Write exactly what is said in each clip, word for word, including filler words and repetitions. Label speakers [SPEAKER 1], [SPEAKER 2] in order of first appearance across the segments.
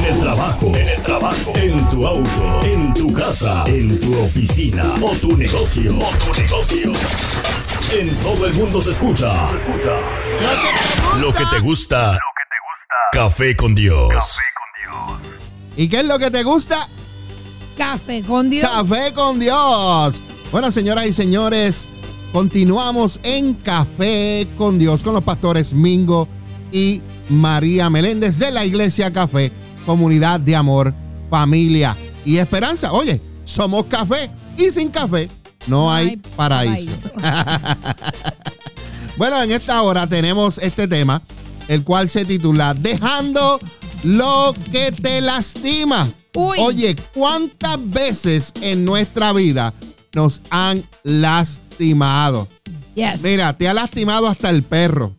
[SPEAKER 1] el trabajo, en el trabajo, en tu auto, en tu casa, en tu oficina o tu negocio, o tu negocio. En todo el mundo se escucha. Se escucha. Lo que te gusta. Lo que te gusta. Café con Dios. Café con Dios.
[SPEAKER 2] ¿Y qué es lo que te gusta?
[SPEAKER 3] Café con Dios.
[SPEAKER 2] Café con Dios. Bueno, señoras y señores, continuamos en Café con Dios con los pastores Mingo y María Meléndez de la Iglesia Café, comunidad de amor, familia y esperanza. Oye, somos café y sin café no, no hay, hay paraíso. paraíso. Bueno, en esta hora tenemos este tema, el cual se titula Dejando lo que te lastima. Uy. Oye, ¿cuántas veces en nuestra vida nos han lastimado?
[SPEAKER 3] Yes.
[SPEAKER 2] Mira, te ha lastimado hasta el perro.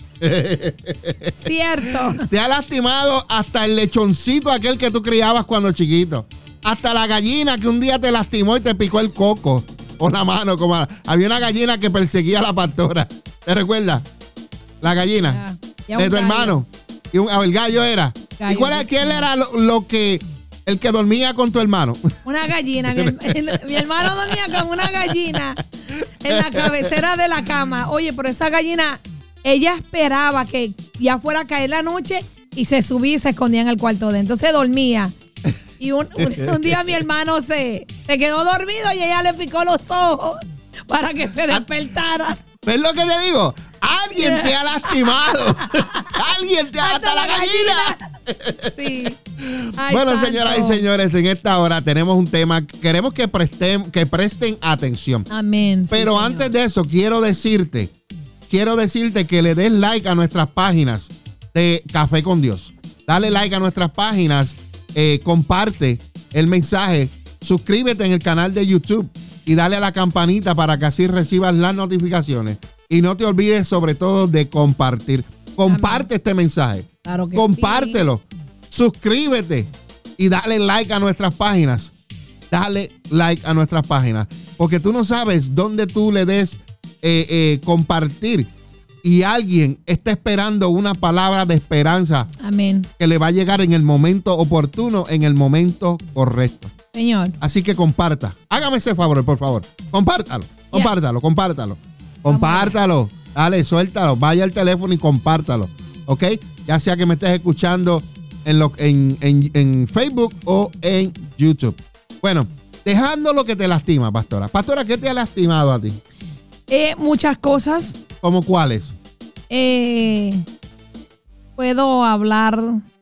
[SPEAKER 3] Cierto.
[SPEAKER 2] Te ha lastimado hasta el lechoncito aquel que tú criabas cuando chiquito. Hasta la gallina que un día te lastimó y te picó el coco o la mano. Como a, había una gallina que perseguía a la pastora. ¿Te recuerdas? La gallina. Yeah. De tu gallo. hermano. Y un, el gallo era. Gallo. ¿Y cuál es, quién era lo, lo que... el que dormía con tu hermano?
[SPEAKER 3] Una gallina. Mi, mi hermano dormía con una gallina en la cabecera de la cama. Oye, pero esa gallina, ella esperaba que ya fuera a caer la noche y se subía y se escondía en el cuarto de. Entonces dormía. Y un, un, un día mi hermano se, se quedó dormido y ella le picó los ojos para que se despertara.
[SPEAKER 2] ¿Ves lo que te digo? Alguien te ha lastimado. Alguien te ha hasta, hasta la gallina.
[SPEAKER 3] gallina. Sí. Ay,
[SPEAKER 2] bueno,
[SPEAKER 3] santo.
[SPEAKER 2] Señoras y señores, en esta hora tenemos un tema. Queremos que presten, que presten atención.
[SPEAKER 3] Amén.
[SPEAKER 2] Pero
[SPEAKER 3] sí,
[SPEAKER 2] antes
[SPEAKER 3] señor.
[SPEAKER 2] de eso, quiero decirte, quiero decirte que le des like a nuestras páginas de Café con Dios. Dale like a nuestras páginas, eh, comparte el mensaje, suscríbete en el canal de YouTube y dale a la campanita para que así recibas las notificaciones. Y no te olvides sobre todo de compartir. Comparte Amén. Este mensaje.
[SPEAKER 3] Claro que
[SPEAKER 2] Compártelo.
[SPEAKER 3] Sí.
[SPEAKER 2] Suscríbete y dale like a nuestras páginas. Dale like a nuestras páginas. Porque tú no sabes dónde tú le des eh, eh, compartir y alguien está esperando una palabra de esperanza.
[SPEAKER 3] Amén.
[SPEAKER 2] Que le va a llegar en el momento oportuno, en el momento correcto.
[SPEAKER 3] Señor.
[SPEAKER 2] Así que comparta. Hágame ese favor, por favor. Compártalo. Compártalo, yes. compártalo. Compártalo. Dale, suéltalo. Vaya al teléfono y compártalo. ¿Ok? Ya sea que me estés escuchando en, lo, en, en, en Facebook o en YouTube. Bueno, dejando lo que te lastima, pastora. Pastora, ¿qué te ha lastimado a ti?
[SPEAKER 3] Eh, muchas cosas.
[SPEAKER 2] ¿Cómo cuáles?
[SPEAKER 3] Eh, puedo hablar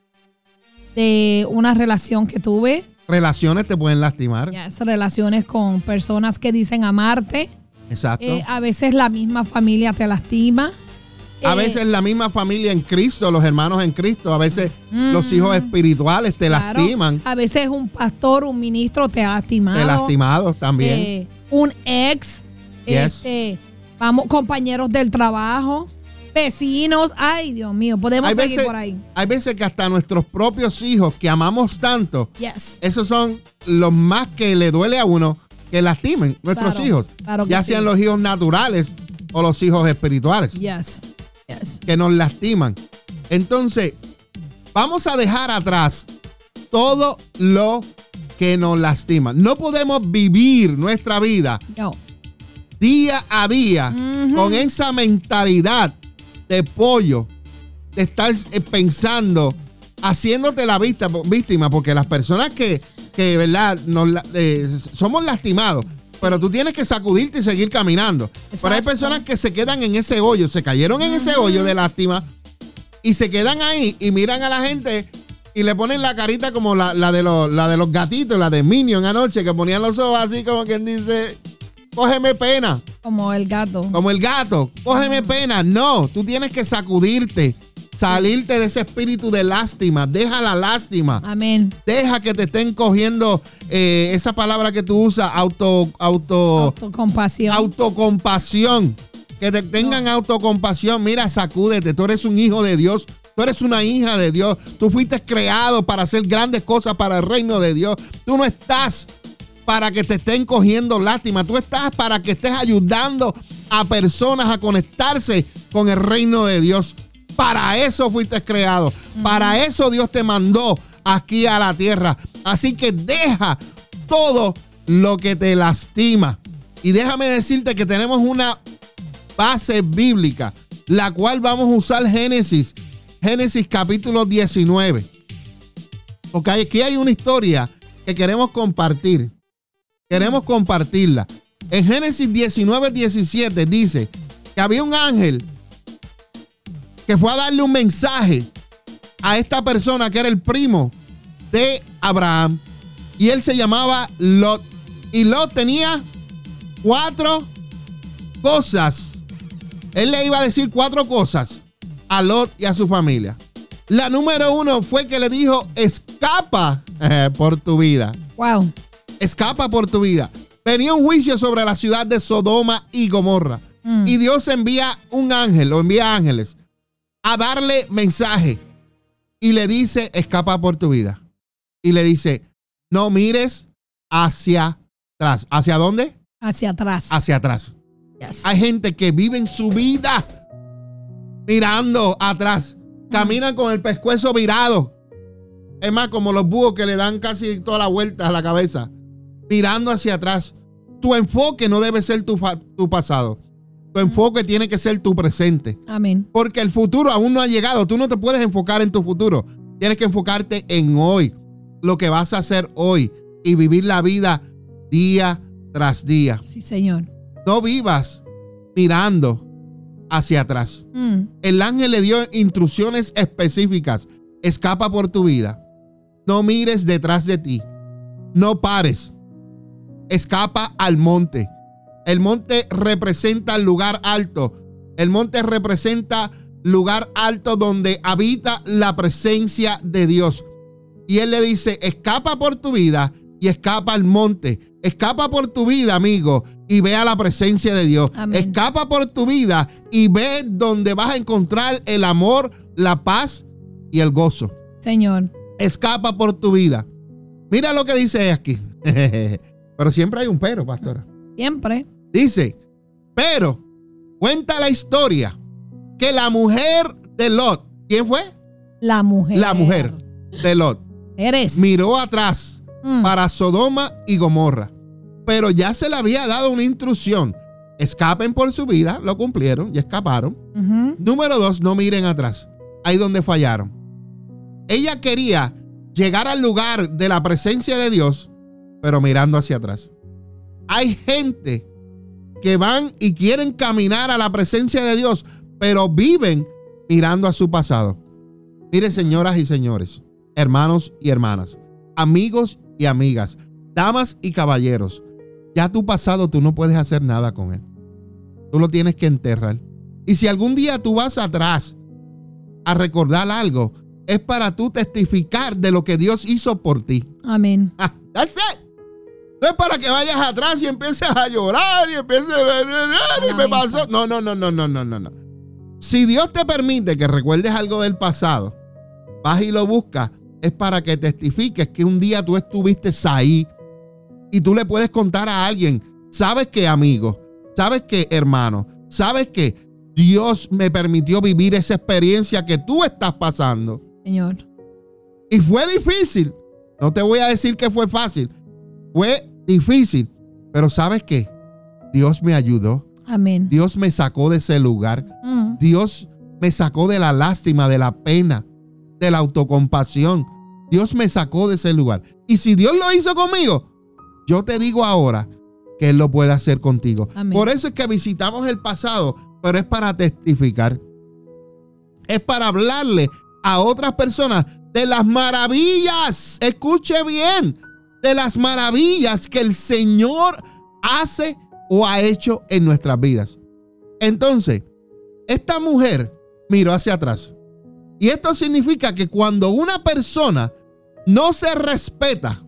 [SPEAKER 3] de una relación que tuve.
[SPEAKER 2] Relaciones te pueden lastimar.
[SPEAKER 3] Yes, relaciones con personas que dicen amarte.
[SPEAKER 2] Exacto.
[SPEAKER 3] Eh, a veces la misma familia te lastima.
[SPEAKER 2] A
[SPEAKER 3] eh,
[SPEAKER 2] veces la misma familia en Cristo, los hermanos en Cristo, a veces mm, los hijos espirituales te claro, lastiman.
[SPEAKER 3] A veces un pastor, un ministro te ha lastimado.
[SPEAKER 2] Te lastimado también.
[SPEAKER 3] Eh, un ex,
[SPEAKER 2] yes.
[SPEAKER 3] este, vamos, compañeros del trabajo, vecinos. Ay, Dios mío, podemos
[SPEAKER 2] hay
[SPEAKER 3] seguir
[SPEAKER 2] veces,
[SPEAKER 3] por ahí.
[SPEAKER 2] Hay veces que hasta nuestros propios hijos que amamos tanto,
[SPEAKER 3] yes.
[SPEAKER 2] esos son los más que le duele a uno que lastimen nuestros
[SPEAKER 3] claro,
[SPEAKER 2] hijos,
[SPEAKER 3] claro
[SPEAKER 2] ya
[SPEAKER 3] sí.
[SPEAKER 2] sean los hijos naturales o los hijos espirituales,
[SPEAKER 3] yes. Yes.
[SPEAKER 2] que nos lastiman. Entonces, vamos a dejar atrás todo lo que nos lastima. No podemos vivir nuestra vida
[SPEAKER 3] no.
[SPEAKER 2] día a día
[SPEAKER 3] mm-hmm.
[SPEAKER 2] con esa mentalidad de pollo, de estar pensando, haciéndote la vista, víctima, porque las personas que que verdad nos, eh, somos lastimados, pero tú tienes que sacudirte y seguir caminando. Exacto. Pero hay personas que se quedan en ese hoyo, se cayeron en uh-huh. ese hoyo de lástima y se quedan ahí y miran a la gente y le ponen la carita como la, la, de, los, la de los gatitos, la de Minion anoche, que ponían los ojos así como quien dice, cógeme pena.
[SPEAKER 3] Como el gato.
[SPEAKER 2] Como el gato, cógeme uh-huh. pena. No, tú tienes que sacudirte. Salirte de ese espíritu de lástima. Deja la lástima.
[SPEAKER 3] Amén.
[SPEAKER 2] Deja que te estén cogiendo eh, esa palabra que tú usas, auto, auto,
[SPEAKER 3] autocompasión.
[SPEAKER 2] Autocompasión. Que te tengan no. autocompasión. Mira, sacúdete. Tú eres un hijo de Dios. Tú eres una hija de Dios. Tú fuiste creado para hacer grandes cosas para el reino de Dios. Tú no estás para que te estén cogiendo lástima. Tú estás para que estés ayudando a personas a conectarse con el reino de Dios. Para eso fuiste creado. Uh-huh. Para eso Dios te mandó aquí a la tierra. Así que deja todo lo que te lastima. Y déjame decirte que tenemos una base bíblica, la cual vamos a usar Génesis, Génesis capítulo diecinueve. Ok, aquí hay una historia que queremos compartir. Queremos compartirla. En Génesis diecinueve, diecisiete dice que había un ángel que fue a darle un mensaje a esta persona que era el primo de Abraham. Y él se llamaba Lot. Y Lot tenía cuatro cosas. Él le iba a decir cuatro cosas a Lot y a su familia. La número uno fue que le dijo: escapa eh, por tu vida.
[SPEAKER 3] Wow.
[SPEAKER 2] Escapa por tu vida. Venía un juicio sobre la ciudad de Sodoma y Gomorra. Mm. Y Dios envía un ángel, o envía ángeles, a darle mensaje. Y le dice: escapa por tu vida. Y le dice: no mires hacia atrás. ¿Hacia dónde?
[SPEAKER 3] Hacia atrás.
[SPEAKER 2] Hacia atrás.
[SPEAKER 3] Yes.
[SPEAKER 2] Hay gente que vive en su vida mirando atrás. Caminan con el pescuezo virado. Es más, como los búhos que le dan casi toda la vuelta a la cabeza. Mirando hacia atrás. Tu enfoque no debe ser tu, tu pasado. Tu enfoque mm. tiene que ser tu presente.
[SPEAKER 3] Amén.
[SPEAKER 2] Porque el futuro aún no ha llegado. Tú no te puedes enfocar en tu futuro. Tienes que enfocarte en hoy. Lo que vas a hacer hoy. Y vivir la vida día tras día.
[SPEAKER 3] Sí, Señor.
[SPEAKER 2] No vivas mirando hacia atrás.
[SPEAKER 3] Mm.
[SPEAKER 2] El ángel le dio instrucciones específicas. Escapa por tu vida. No mires detrás de ti. No pares. Escapa al monte. El monte representa el lugar alto. El monte representa lugar alto donde habita la presencia de Dios. Y él le dice: escapa por tu vida y escapa al monte. Escapa por tu vida, amigo, y ve a la presencia de Dios.
[SPEAKER 3] Amén.
[SPEAKER 2] Escapa por tu vida y ve donde vas a encontrar el amor, la paz y el gozo.
[SPEAKER 3] Señor.
[SPEAKER 2] Escapa por tu vida. Mira lo que dice aquí. Pero siempre hay un pero, pastora.
[SPEAKER 3] Siempre.
[SPEAKER 2] Dice: pero cuenta la historia que la mujer de Lot, ¿quién fue?
[SPEAKER 3] La mujer.
[SPEAKER 2] La mujer de Lot.
[SPEAKER 3] Eres.
[SPEAKER 2] Miró atrás mm. para Sodoma y Gomorra. Pero ya se le había dado una instrucción. Escapen por su vida. Lo cumplieron y escaparon.
[SPEAKER 3] Uh-huh.
[SPEAKER 2] Número dos, no miren atrás. Ahí donde fallaron. Ella quería llegar al lugar de la presencia de Dios, pero mirando hacia atrás. Hay gente que van y quieren caminar a la presencia de Dios, pero viven mirando a su pasado. Mire, señoras y señores, hermanos y hermanas, amigos y amigas, damas y caballeros, ya tu pasado tú no puedes hacer nada con él. Tú lo tienes que enterrar. Y si algún día tú vas atrás a recordar algo, es para tú testificar de lo que Dios hizo por ti.
[SPEAKER 3] Amén.
[SPEAKER 2] Ah, that's it. No es para que vayas atrás y empieces a llorar y empieces a... y me pasó. No, no, no, no, no, no, no. Si Dios te permite que recuerdes algo del pasado, vas y lo buscas, es para que testifiques que un día tú estuviste ahí y tú le puedes contar a alguien: ¿sabes qué, amigo? ¿Sabes qué, hermano? ¿Sabes qué? Dios me permitió vivir esa experiencia que tú estás pasando.
[SPEAKER 3] Señor.
[SPEAKER 2] Y fue difícil. No te voy a decir que fue fácil. Fue difícil. Pero ¿sabes qué? Dios me ayudó.
[SPEAKER 3] Amén.
[SPEAKER 2] Dios me sacó de ese lugar.
[SPEAKER 3] Mm.
[SPEAKER 2] Dios me sacó de la lástima, de la pena, de la autocompasión. Dios me sacó de ese lugar. Y si Dios lo hizo conmigo, yo te digo ahora que Él lo puede hacer contigo.
[SPEAKER 3] Amén.
[SPEAKER 2] Por eso es que visitamos el pasado, pero es para testificar. Es para hablarle a otras personas de las maravillas. Escuche bien, de las maravillas que el Señor hace o ha hecho en nuestras vidas. Entonces, esta mujer miró hacia atrás. Y esto significa que cuando una persona no se respeta,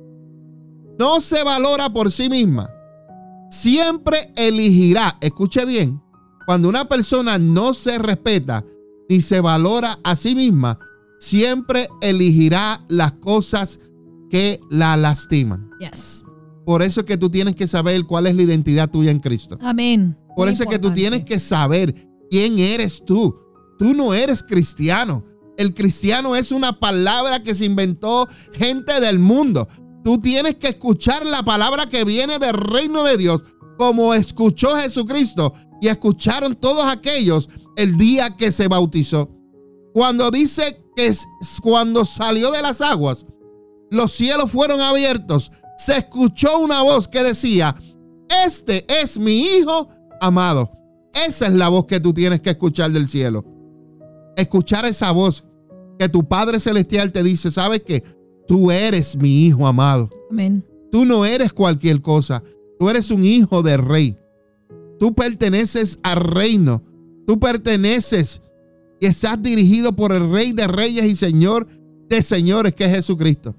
[SPEAKER 2] no se valora por sí misma, siempre elegirá, escuche bien, cuando una persona no se respeta ni se valora a sí misma, siempre elegirá las cosas que la lastiman.
[SPEAKER 3] Yes.
[SPEAKER 2] Por eso es que tú tienes que saber cuál es la identidad tuya en Cristo.
[SPEAKER 3] Amén.
[SPEAKER 2] Por eso es que tú tienes que saber quién eres tú. Tú no eres cristiano. El cristiano es una palabra que se inventó gente del mundo. Tú tienes que escuchar la palabra que viene del reino de Dios, como escuchó Jesucristo y escucharon todos aquellos el día que se bautizó. Cuando dice que es, cuando salió de las aguas, los cielos fueron abiertos, se escuchó una voz que decía: este es mi hijo amado. Esa es la voz que tú tienes que escuchar del cielo. Escuchar esa voz que tu Padre Celestial te dice: ¿sabes qué? Tú eres mi hijo amado.
[SPEAKER 3] Amén.
[SPEAKER 2] Tú no eres cualquier cosa. Tú eres un hijo del rey. Tú perteneces al reino. Tú perteneces y estás dirigido por el Rey de Reyes y Señor de Señores, que es Jesucristo.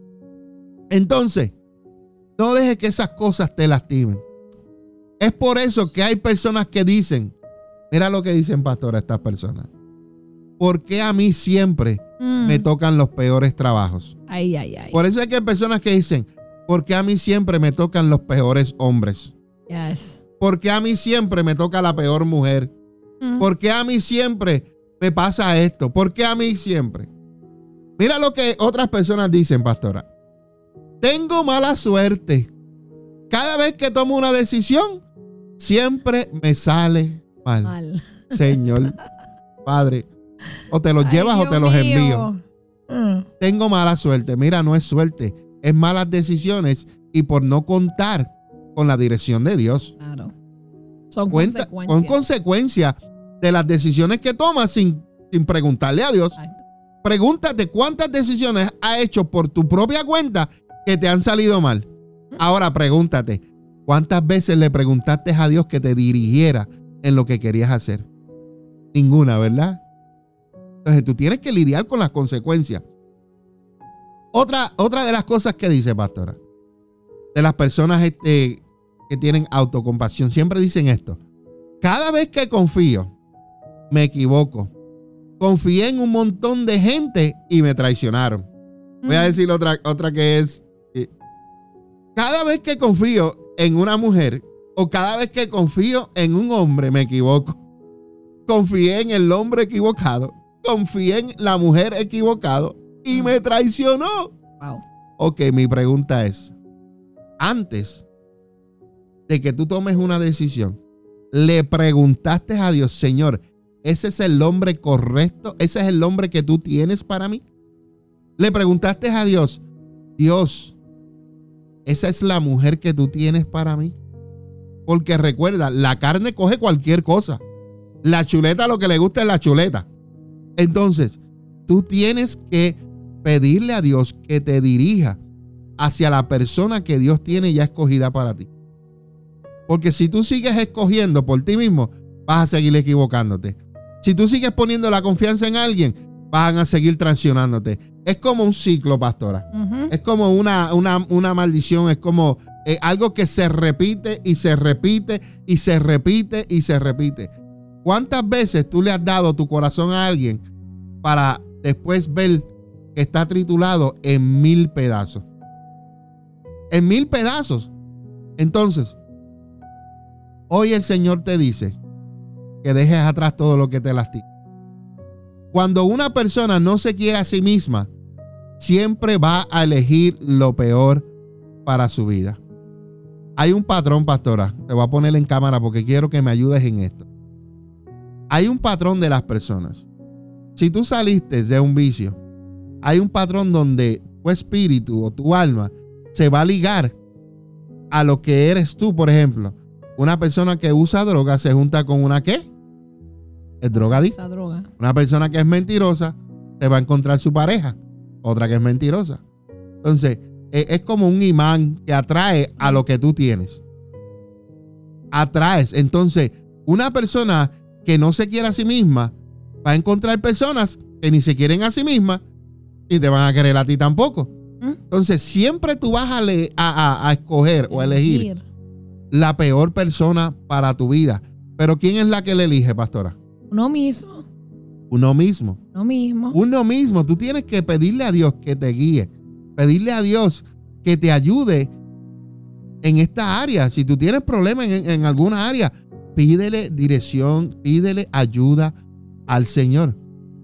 [SPEAKER 2] Entonces, no dejes que esas cosas te lastimen. Es por eso que hay personas que dicen, mira lo que dicen, pastora, estas personas: ¿por qué a mí siempre mm. me tocan los peores trabajos?
[SPEAKER 3] Ay, ay, ay.
[SPEAKER 2] Por eso es que hay personas que dicen, ¿por qué a mí siempre me tocan los peores hombres?
[SPEAKER 3] Yes.
[SPEAKER 2] ¿Por qué a mí siempre me toca la peor mujer? Mm. ¿Por qué a mí siempre me pasa esto? ¿Por qué a mí siempre? Mira lo que otras personas dicen, pastora: tengo mala suerte. Cada vez que tomo una decisión, siempre me sale mal. mal. Señor, Padre, o te los Ay, llevas Dios o te los mío. envío. Mm. Tengo mala suerte. Mira, no es suerte, es malas decisiones y por no contar con la dirección de Dios. Claro.
[SPEAKER 3] Son
[SPEAKER 2] Cuenta,
[SPEAKER 3] consecuencias.
[SPEAKER 2] Con consecuencias de las decisiones que tomas sin, sin preguntarle a Dios. Exacto. Pregúntate cuántas decisiones has hecho por tu propia cuenta que te han salido mal. Ahora pregúntate, ¿cuántas veces le preguntaste a Dios que te dirigiera en lo que querías hacer? Ninguna, ¿verdad? Entonces tú tienes que lidiar con las consecuencias. Otra, otra de las cosas que dice, pastora, de las personas este, que tienen autocompasión, siempre dicen esto: cada vez que confío, me equivoco. Confié en un montón de gente y me traicionaron. Voy a decir otra, otra que es: cada vez que confío en una mujer o cada vez que confío en un hombre, me equivoco. Confié en el hombre equivocado, confié en la mujer equivocado y me traicionó. Wow. Ok, mi pregunta es: antes de que tú tomes una decisión, ¿le preguntaste a Dios, Señor, ese es el hombre correcto? ¿Ese es el hombre que tú tienes para mí? ¿Le preguntaste a Dios, Dios, esa es la mujer que tú tienes para mí? Porque recuerda, la carne coge cualquier cosa. La chuleta, lo que le gusta es la chuleta. Entonces, tú tienes que pedirle a Dios que te dirija hacia la persona que Dios tiene ya escogida para ti. Porque si tú sigues escogiendo por ti mismo, vas a seguir equivocándote. Si tú sigues poniendo la confianza en alguien, van a seguir traicionándote. Es como un ciclo, pastora. Uh-huh. Es como una, una, una maldición. Es como eh, algo que se repite y se repite y se repite y se repite. ¿Cuántas veces tú le has dado tu corazón a alguien para después ver que está triturado en mil pedazos? En mil pedazos. Entonces, hoy el Señor te dice que dejes atrás todo lo que te lastima. Cuando una persona no se quiere a sí misma, siempre va a elegir lo peor para su vida. Hay un patrón, pastora. Te voy a poner en cámara porque quiero que me ayudes en esto. Hay un patrón de las personas. Si tú saliste de un vicio, hay un patrón donde tu espíritu o tu alma se va a ligar a lo que eres tú. Por ejemplo, una persona que usa droga se junta con una ¿qué? Es drogadicta. Droga. Una persona que es mentirosa te va a encontrar su pareja, otra que es mentirosa. Entonces, es como un imán que atrae a lo que tú tienes. Atraes. Entonces, una persona que no se quiere a sí misma va a encontrar personas que ni se quieren a sí mismas y te van a querer a ti tampoco. Entonces, siempre tú vas a, le, a, a, a escoger o a elegir la peor persona para tu vida. Pero ¿quién es la que le elige, pastora?
[SPEAKER 3] Uno mismo.
[SPEAKER 2] Uno mismo.
[SPEAKER 3] Uno mismo.
[SPEAKER 2] Uno mismo. Tú tienes que pedirle a Dios que te guíe. Pedirle a Dios que te ayude en esta área. Si tú tienes problemas en, en alguna área, pídele dirección, pídele ayuda al Señor.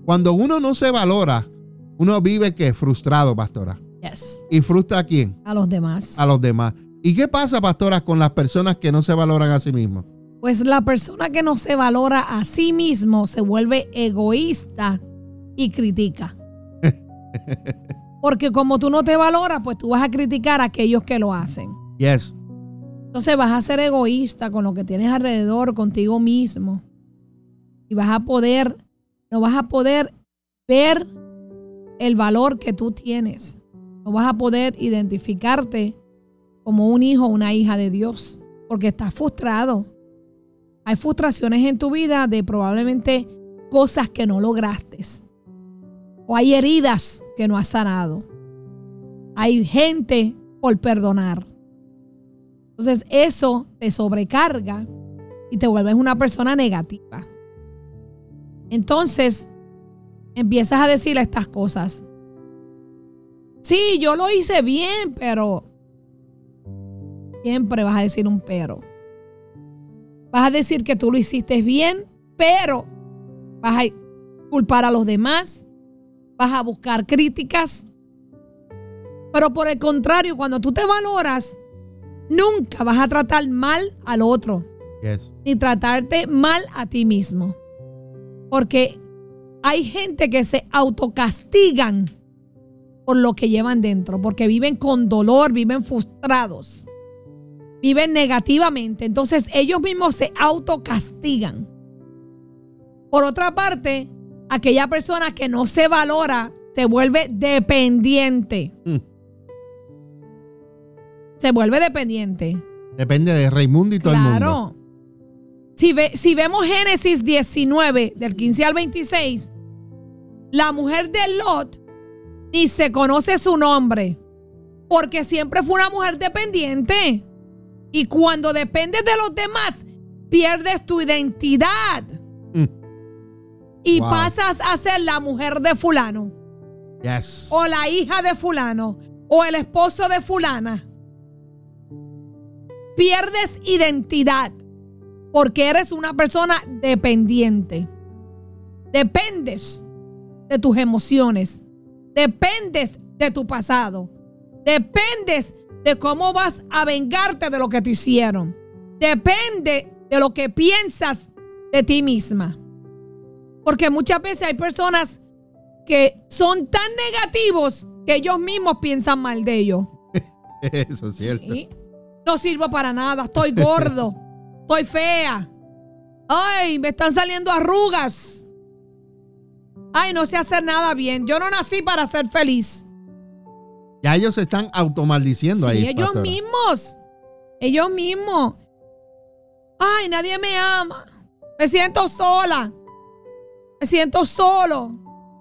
[SPEAKER 2] Cuando uno no se valora, uno vive que frustrado, pastora.
[SPEAKER 3] Yes.
[SPEAKER 2] ¿Y frustra a quién?
[SPEAKER 3] A los demás.
[SPEAKER 2] A los demás. ¿Y qué pasa, pastora, con las personas que no se valoran a sí mismos?
[SPEAKER 3] Pues la persona que no se valora a sí mismo se vuelve egoísta y critica. Porque como tú no te valoras, pues tú vas a criticar a aquellos que lo hacen.
[SPEAKER 2] Yes.
[SPEAKER 3] Entonces vas a ser egoísta con lo que tienes alrededor, contigo mismo. Y vas a poder, no vas a poder ver el valor que tú tienes. No vas a poder identificarte como un hijo o una hija de Dios. Porque estás frustrado. Hay frustraciones en tu vida de probablemente cosas que no lograste. O hay heridas que no has sanado. Hay gente por perdonar. Entonces eso te sobrecarga y te vuelves una persona negativa. Entonces empiezas a decirle estas cosas. Sí, yo lo hice bien, pero siempre vas a decir un pero. Vas a decir que tú lo hiciste bien, pero vas a culpar a los demás. Vas a buscar críticas. Pero por el contrario, cuando tú te valoras, nunca vas a tratar mal al otro.
[SPEAKER 2] Yes.
[SPEAKER 3] Ni tratarte mal a ti mismo. Porque hay gente que se autocastigan por lo que llevan dentro. Porque viven con dolor, viven frustrados. Viven negativamente. Entonces ellos mismos se autocastigan. Por otra parte, aquella persona que no se valora se vuelve dependiente. Mm. Se vuelve dependiente.
[SPEAKER 2] Depende de Raimundo y todo
[SPEAKER 3] claro.
[SPEAKER 2] el mundo.
[SPEAKER 3] Si, ve, si vemos Génesis diecinueve, del quince al veintiséis, la mujer de Lot ni se conoce su nombre. Porque siempre fue una mujer dependiente. Y cuando dependes de los demás, pierdes tu identidad. Mm. Y wow. pasas a ser la mujer de fulano.
[SPEAKER 2] Yes.
[SPEAKER 3] O la hija de fulano. O el esposo de fulana. Pierdes identidad. Porque eres una persona dependiente. Dependes de tus emociones. Dependes de tu pasado. Dependes de cómo vas a vengarte de lo que te hicieron. Depende de lo que piensas de ti misma. Porque muchas veces hay personas que son tan negativos que ellos mismos piensan mal de ellos.
[SPEAKER 2] Eso es cierto.
[SPEAKER 3] ¿Sí? No sirvo para nada, estoy gordo, estoy fea. Ay, me están saliendo arrugas. Ay, no sé hacer nada bien. Yo no nací para ser feliz.
[SPEAKER 2] Ya ellos se están automaldiciendo
[SPEAKER 3] sí,
[SPEAKER 2] ahí.
[SPEAKER 3] ellos
[SPEAKER 2] pastora.
[SPEAKER 3] mismos. Ellos mismos. Ay, nadie me ama. Me siento sola. Me siento solo.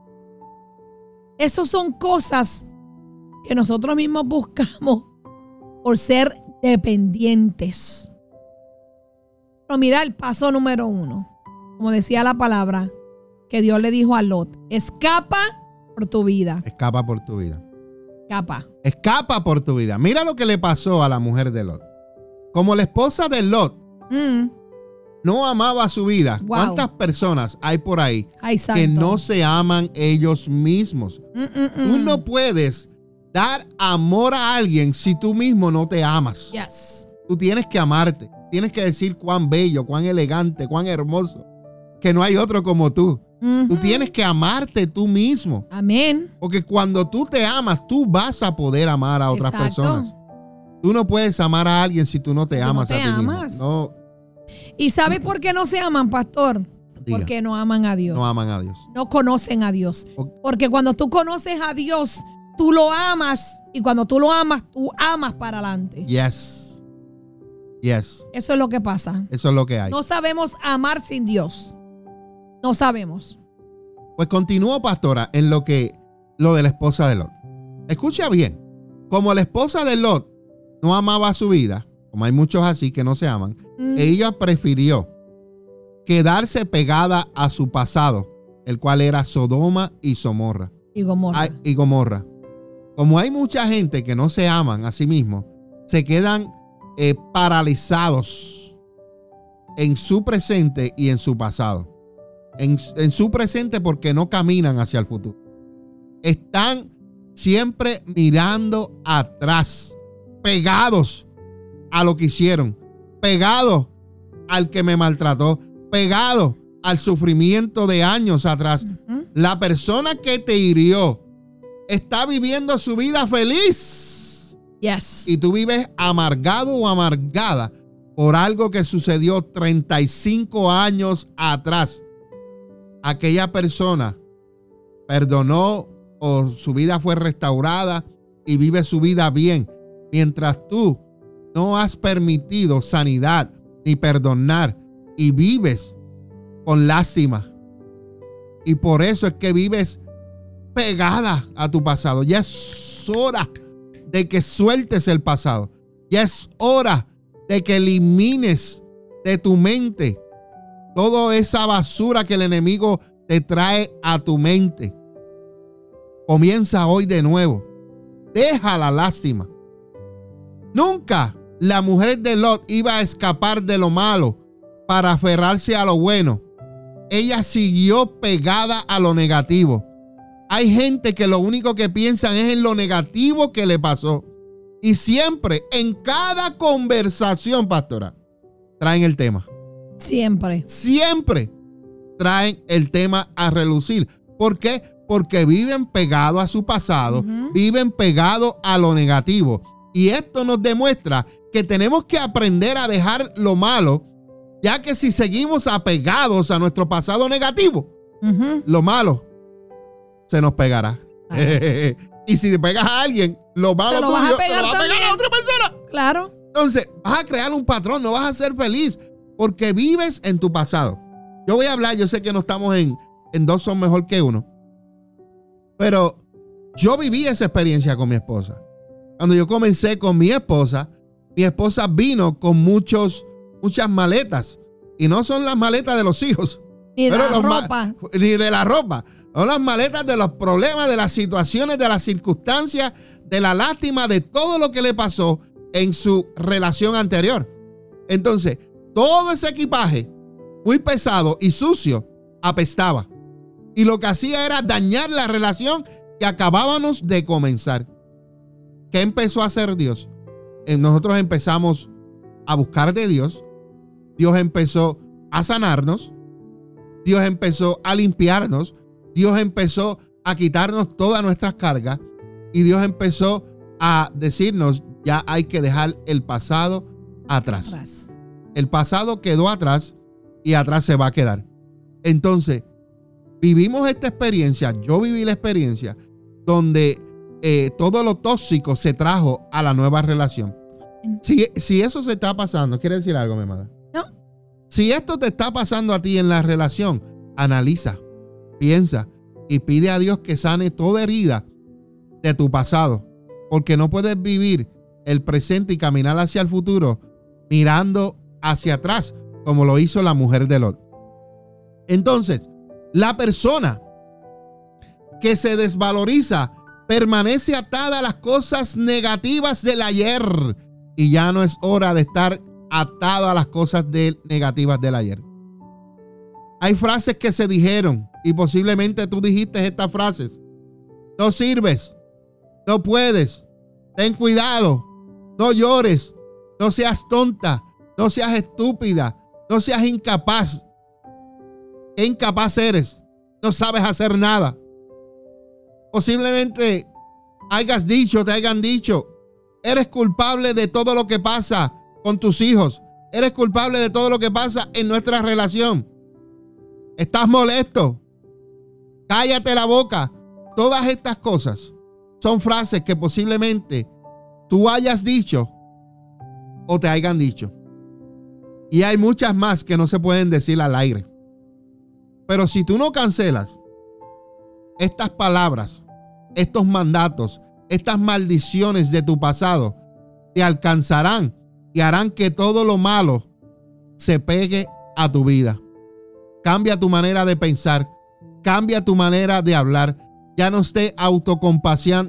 [SPEAKER 3] Esas son cosas que nosotros mismos buscamos por ser dependientes. Pero mira el paso número uno. Como decía la palabra que Dios le dijo a Lot. Escapa por tu vida.
[SPEAKER 2] Escapa por tu vida.
[SPEAKER 3] Escapa.
[SPEAKER 2] Escapa por tu vida. Mira lo que le pasó a la mujer de Lot. Como la esposa de Lot mm. no amaba su vida. Wow. ¿Cuántas personas hay por ahí
[SPEAKER 3] Ay,
[SPEAKER 2] que no se aman ellos mismos? Mm, mm, tú no puedes dar amor a alguien si tú mismo no te amas.
[SPEAKER 3] Yes.
[SPEAKER 2] Tú tienes que amarte. Tienes que decir cuán bello, cuán elegante, cuán hermoso. Que no hay otro como tú. Uh-huh. Tú tienes que amarte tú mismo.
[SPEAKER 3] Amén.
[SPEAKER 2] Porque cuando tú te amas, tú vas a poder amar a otras
[SPEAKER 3] Exacto.
[SPEAKER 2] personas. Tú no puedes amar a alguien si tú no te
[SPEAKER 3] tú
[SPEAKER 2] amas
[SPEAKER 3] no te
[SPEAKER 2] a ti
[SPEAKER 3] amas.
[SPEAKER 2] mismo. No.
[SPEAKER 3] ¿Y sabes por qué no se aman, pastor?
[SPEAKER 2] Diga.
[SPEAKER 3] Porque no aman a Dios.
[SPEAKER 2] No aman a Dios.
[SPEAKER 3] No conocen a Dios. Porque cuando tú conoces a Dios, tú lo amas. Y cuando tú lo amas, tú amas para adelante.
[SPEAKER 2] Yes. Yes.
[SPEAKER 3] Eso es lo que pasa.
[SPEAKER 2] Eso es lo que hay.
[SPEAKER 3] No sabemos amar sin Dios. No sabemos.
[SPEAKER 2] Pues continúo, pastora, en lo que lo de la esposa de Lot. Escucha bien. Como la esposa de Lot no amaba su vida, como hay muchos así que no se aman, mm. ella prefirió quedarse pegada a su pasado, el cual era Sodoma y Gomorra.
[SPEAKER 3] Y Gomorra.
[SPEAKER 2] Ay, y Gomorra. Como hay mucha gente que no se aman a sí mismos, se quedan eh, paralizados en su presente y en su pasado. en, en su presente porque no caminan hacia el futuro. Están siempre mirando atrás, pegados a lo que hicieron, pegados al que me maltrató, pegados al sufrimiento de años atrás. Uh-huh. La persona que te hirió está viviendo su vida feliz.
[SPEAKER 3] Yes.
[SPEAKER 2] Y tú vives amargado o amargada por algo que sucedió treinta y cinco años atrás. Aquella persona perdonó o su vida fue restaurada y vive su vida bien, mientras tú no has permitido sanidad ni perdonar y vives con lástima. Y por eso es que vives pegada a tu pasado. Ya es hora de que sueltes el pasado. Ya es hora de que elimines de tu mente toda esa basura que el enemigo te trae a tu mente. Comienza hoy de nuevo. Deja la lástima. Nunca la mujer de Lot iba a escapar de lo malo para aferrarse a lo bueno. Ella siguió pegada a lo negativo. Hay gente que lo único que piensan es en lo negativo que le pasó. Y siempre, en cada conversación, pastora, traen el tema.
[SPEAKER 3] Siempre.
[SPEAKER 2] Siempre traen el tema a relucir. ¿Por qué? Porque viven pegados a su pasado, uh-huh. viven pegados a lo negativo. Y esto nos demuestra que tenemos que aprender a dejar lo malo, ya que si seguimos apegados a nuestro pasado negativo, uh-huh. lo malo se nos pegará. Uh-huh. Y si te pegas a alguien, lo malo tuyo
[SPEAKER 3] vas a pegar,
[SPEAKER 2] lo vas a pegar a otra persona.
[SPEAKER 3] Claro.
[SPEAKER 2] Entonces, vas a crear un patrón, no vas a ser feliz porque vives en tu pasado. Yo voy a hablar, yo sé que no estamos en, en dos son mejor que uno, pero yo viví esa experiencia con mi esposa. Cuando yo comencé con mi esposa, mi esposa vino con muchos, muchas maletas. Y no son las maletas de los hijos.
[SPEAKER 3] Ni de la ropa.
[SPEAKER 2] Ni de la ropa. Son las maletas de los problemas, de las situaciones, de las circunstancias, de la lástima, de todo lo que le pasó en su relación anterior. Entonces, todo ese equipaje, muy pesado y sucio, apestaba. Y lo que hacía era dañar la relación que acabábamos de comenzar. ¿Qué empezó a hacer Dios? Nosotros empezamos a buscar de Dios. Dios empezó a sanarnos. Dios empezó a limpiarnos. Dios empezó a quitarnos todas nuestras cargas. Y Dios empezó a decirnos, ya hay que dejar el pasado atrás. atrás. El pasado quedó atrás y atrás se va a quedar. Entonces, vivimos esta experiencia, yo viví la experiencia donde eh, todo lo tóxico se trajo a la nueva relación. Si, si eso se está pasando, ¿quiere decir algo, mi amada?
[SPEAKER 3] No.
[SPEAKER 2] Si esto te está pasando a ti en la relación, analiza, piensa y pide a Dios que sane toda herida de tu pasado, porque no puedes vivir el presente y caminar hacia el futuro mirando hacia atrás, como lo hizo la mujer de Lot. Entonces, la persona que se desvaloriza permanece atada a las cosas negativas del ayer y ya no es hora de estar atado a las cosas de, negativas del ayer. Hay frases que se dijeron y posiblemente tú dijiste estas frases. No sirves, no puedes, ten cuidado, no llores, no seas tonta, no seas estúpida, no seas incapaz. ¿Qué incapaz eres? No sabes hacer nada. Posiblemente hayas dicho, te hayan dicho, eres culpable de todo lo que pasa con tus hijos. Eres culpable de todo lo que pasa en nuestra relación. Estás molesto. Cállate la boca. Todas estas cosas son frases que posiblemente tú hayas dicho o te hayan dicho. Y hay muchas más que no se pueden decir al aire. Pero si tú no cancelas estas palabras, estos mandatos, estas maldiciones de tu pasado, te alcanzarán y harán que todo lo malo se pegue a tu vida. Cambia tu manera de pensar, cambia tu manera de hablar. Ya no esté autocompasivo.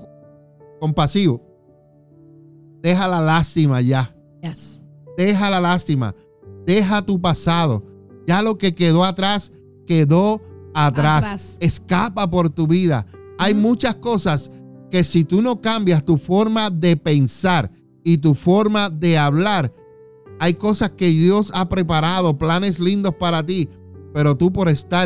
[SPEAKER 2] Deja la lástima ya.
[SPEAKER 3] Yes.
[SPEAKER 2] Deja la lástima. Deja tu pasado. Ya lo que quedó atrás, quedó atrás.
[SPEAKER 3] Atrás.
[SPEAKER 2] Escapa por tu vida. Hay muchas cosas que si tú no cambias tu forma de pensar y tu forma de hablar, hay cosas que Dios ha preparado, planes lindos para ti, pero tú por estar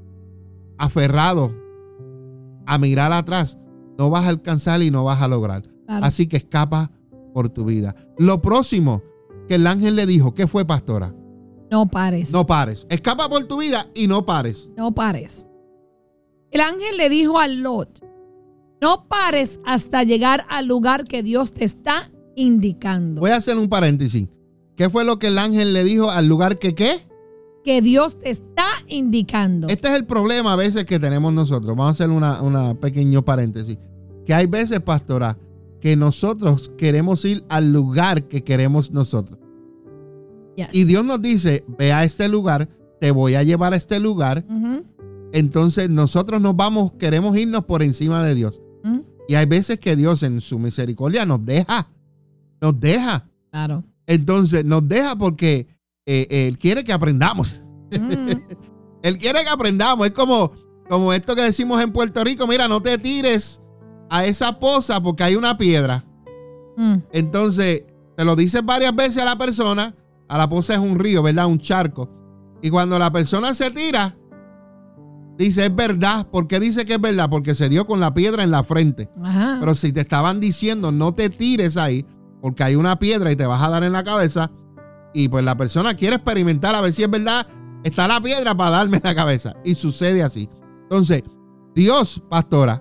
[SPEAKER 2] aferrado a mirar atrás, no vas a alcanzar y no vas a lograr.
[SPEAKER 3] Claro.
[SPEAKER 2] Así que escapa por tu vida. Lo próximo que el ángel le dijo, ¿qué fue, pastora?
[SPEAKER 3] No pares.
[SPEAKER 2] No pares. Escapa por tu vida y no pares.
[SPEAKER 3] No pares. El ángel le dijo a Lot, no pares hasta llegar al lugar que Dios te está indicando.
[SPEAKER 2] Voy a hacer un paréntesis. ¿Qué fue lo que el ángel le dijo al lugar que qué?
[SPEAKER 3] Que Dios te está indicando.
[SPEAKER 2] Este es el problema a veces que tenemos nosotros. Vamos a hacer una, una pequeño paréntesis. Que hay veces, pastora, que nosotros queremos ir al lugar que queremos nosotros.
[SPEAKER 3] Yes.
[SPEAKER 2] Y Dios nos dice, ve a este lugar, te voy a llevar a este lugar.
[SPEAKER 3] Uh-huh.
[SPEAKER 2] Entonces nosotros nos vamos, queremos irnos por encima de Dios.
[SPEAKER 3] Uh-huh.
[SPEAKER 2] Y hay veces que Dios en su misericordia nos deja. Nos deja.
[SPEAKER 3] Claro.
[SPEAKER 2] Entonces nos deja porque eh, Él quiere que aprendamos.
[SPEAKER 3] Uh-huh.
[SPEAKER 2] Él quiere que aprendamos. Es como, como esto que decimos en Puerto Rico. Mira, no te tires a esa poza porque hay una piedra.
[SPEAKER 3] Uh-huh.
[SPEAKER 2] Entonces te lo dices varias veces a la persona. A la poza es un río, ¿verdad? Un charco. Y cuando la persona se tira, dice, es verdad. ¿Por qué dice que es verdad? Porque se dio con la piedra en la frente.
[SPEAKER 3] Ajá.
[SPEAKER 2] Pero si te estaban diciendo no te tires ahí porque hay una piedra y te vas a dar en la cabeza, y pues la persona quiere experimentar a ver si es verdad, está la piedra para darme en la cabeza. Y sucede así. Entonces, Dios, pastora,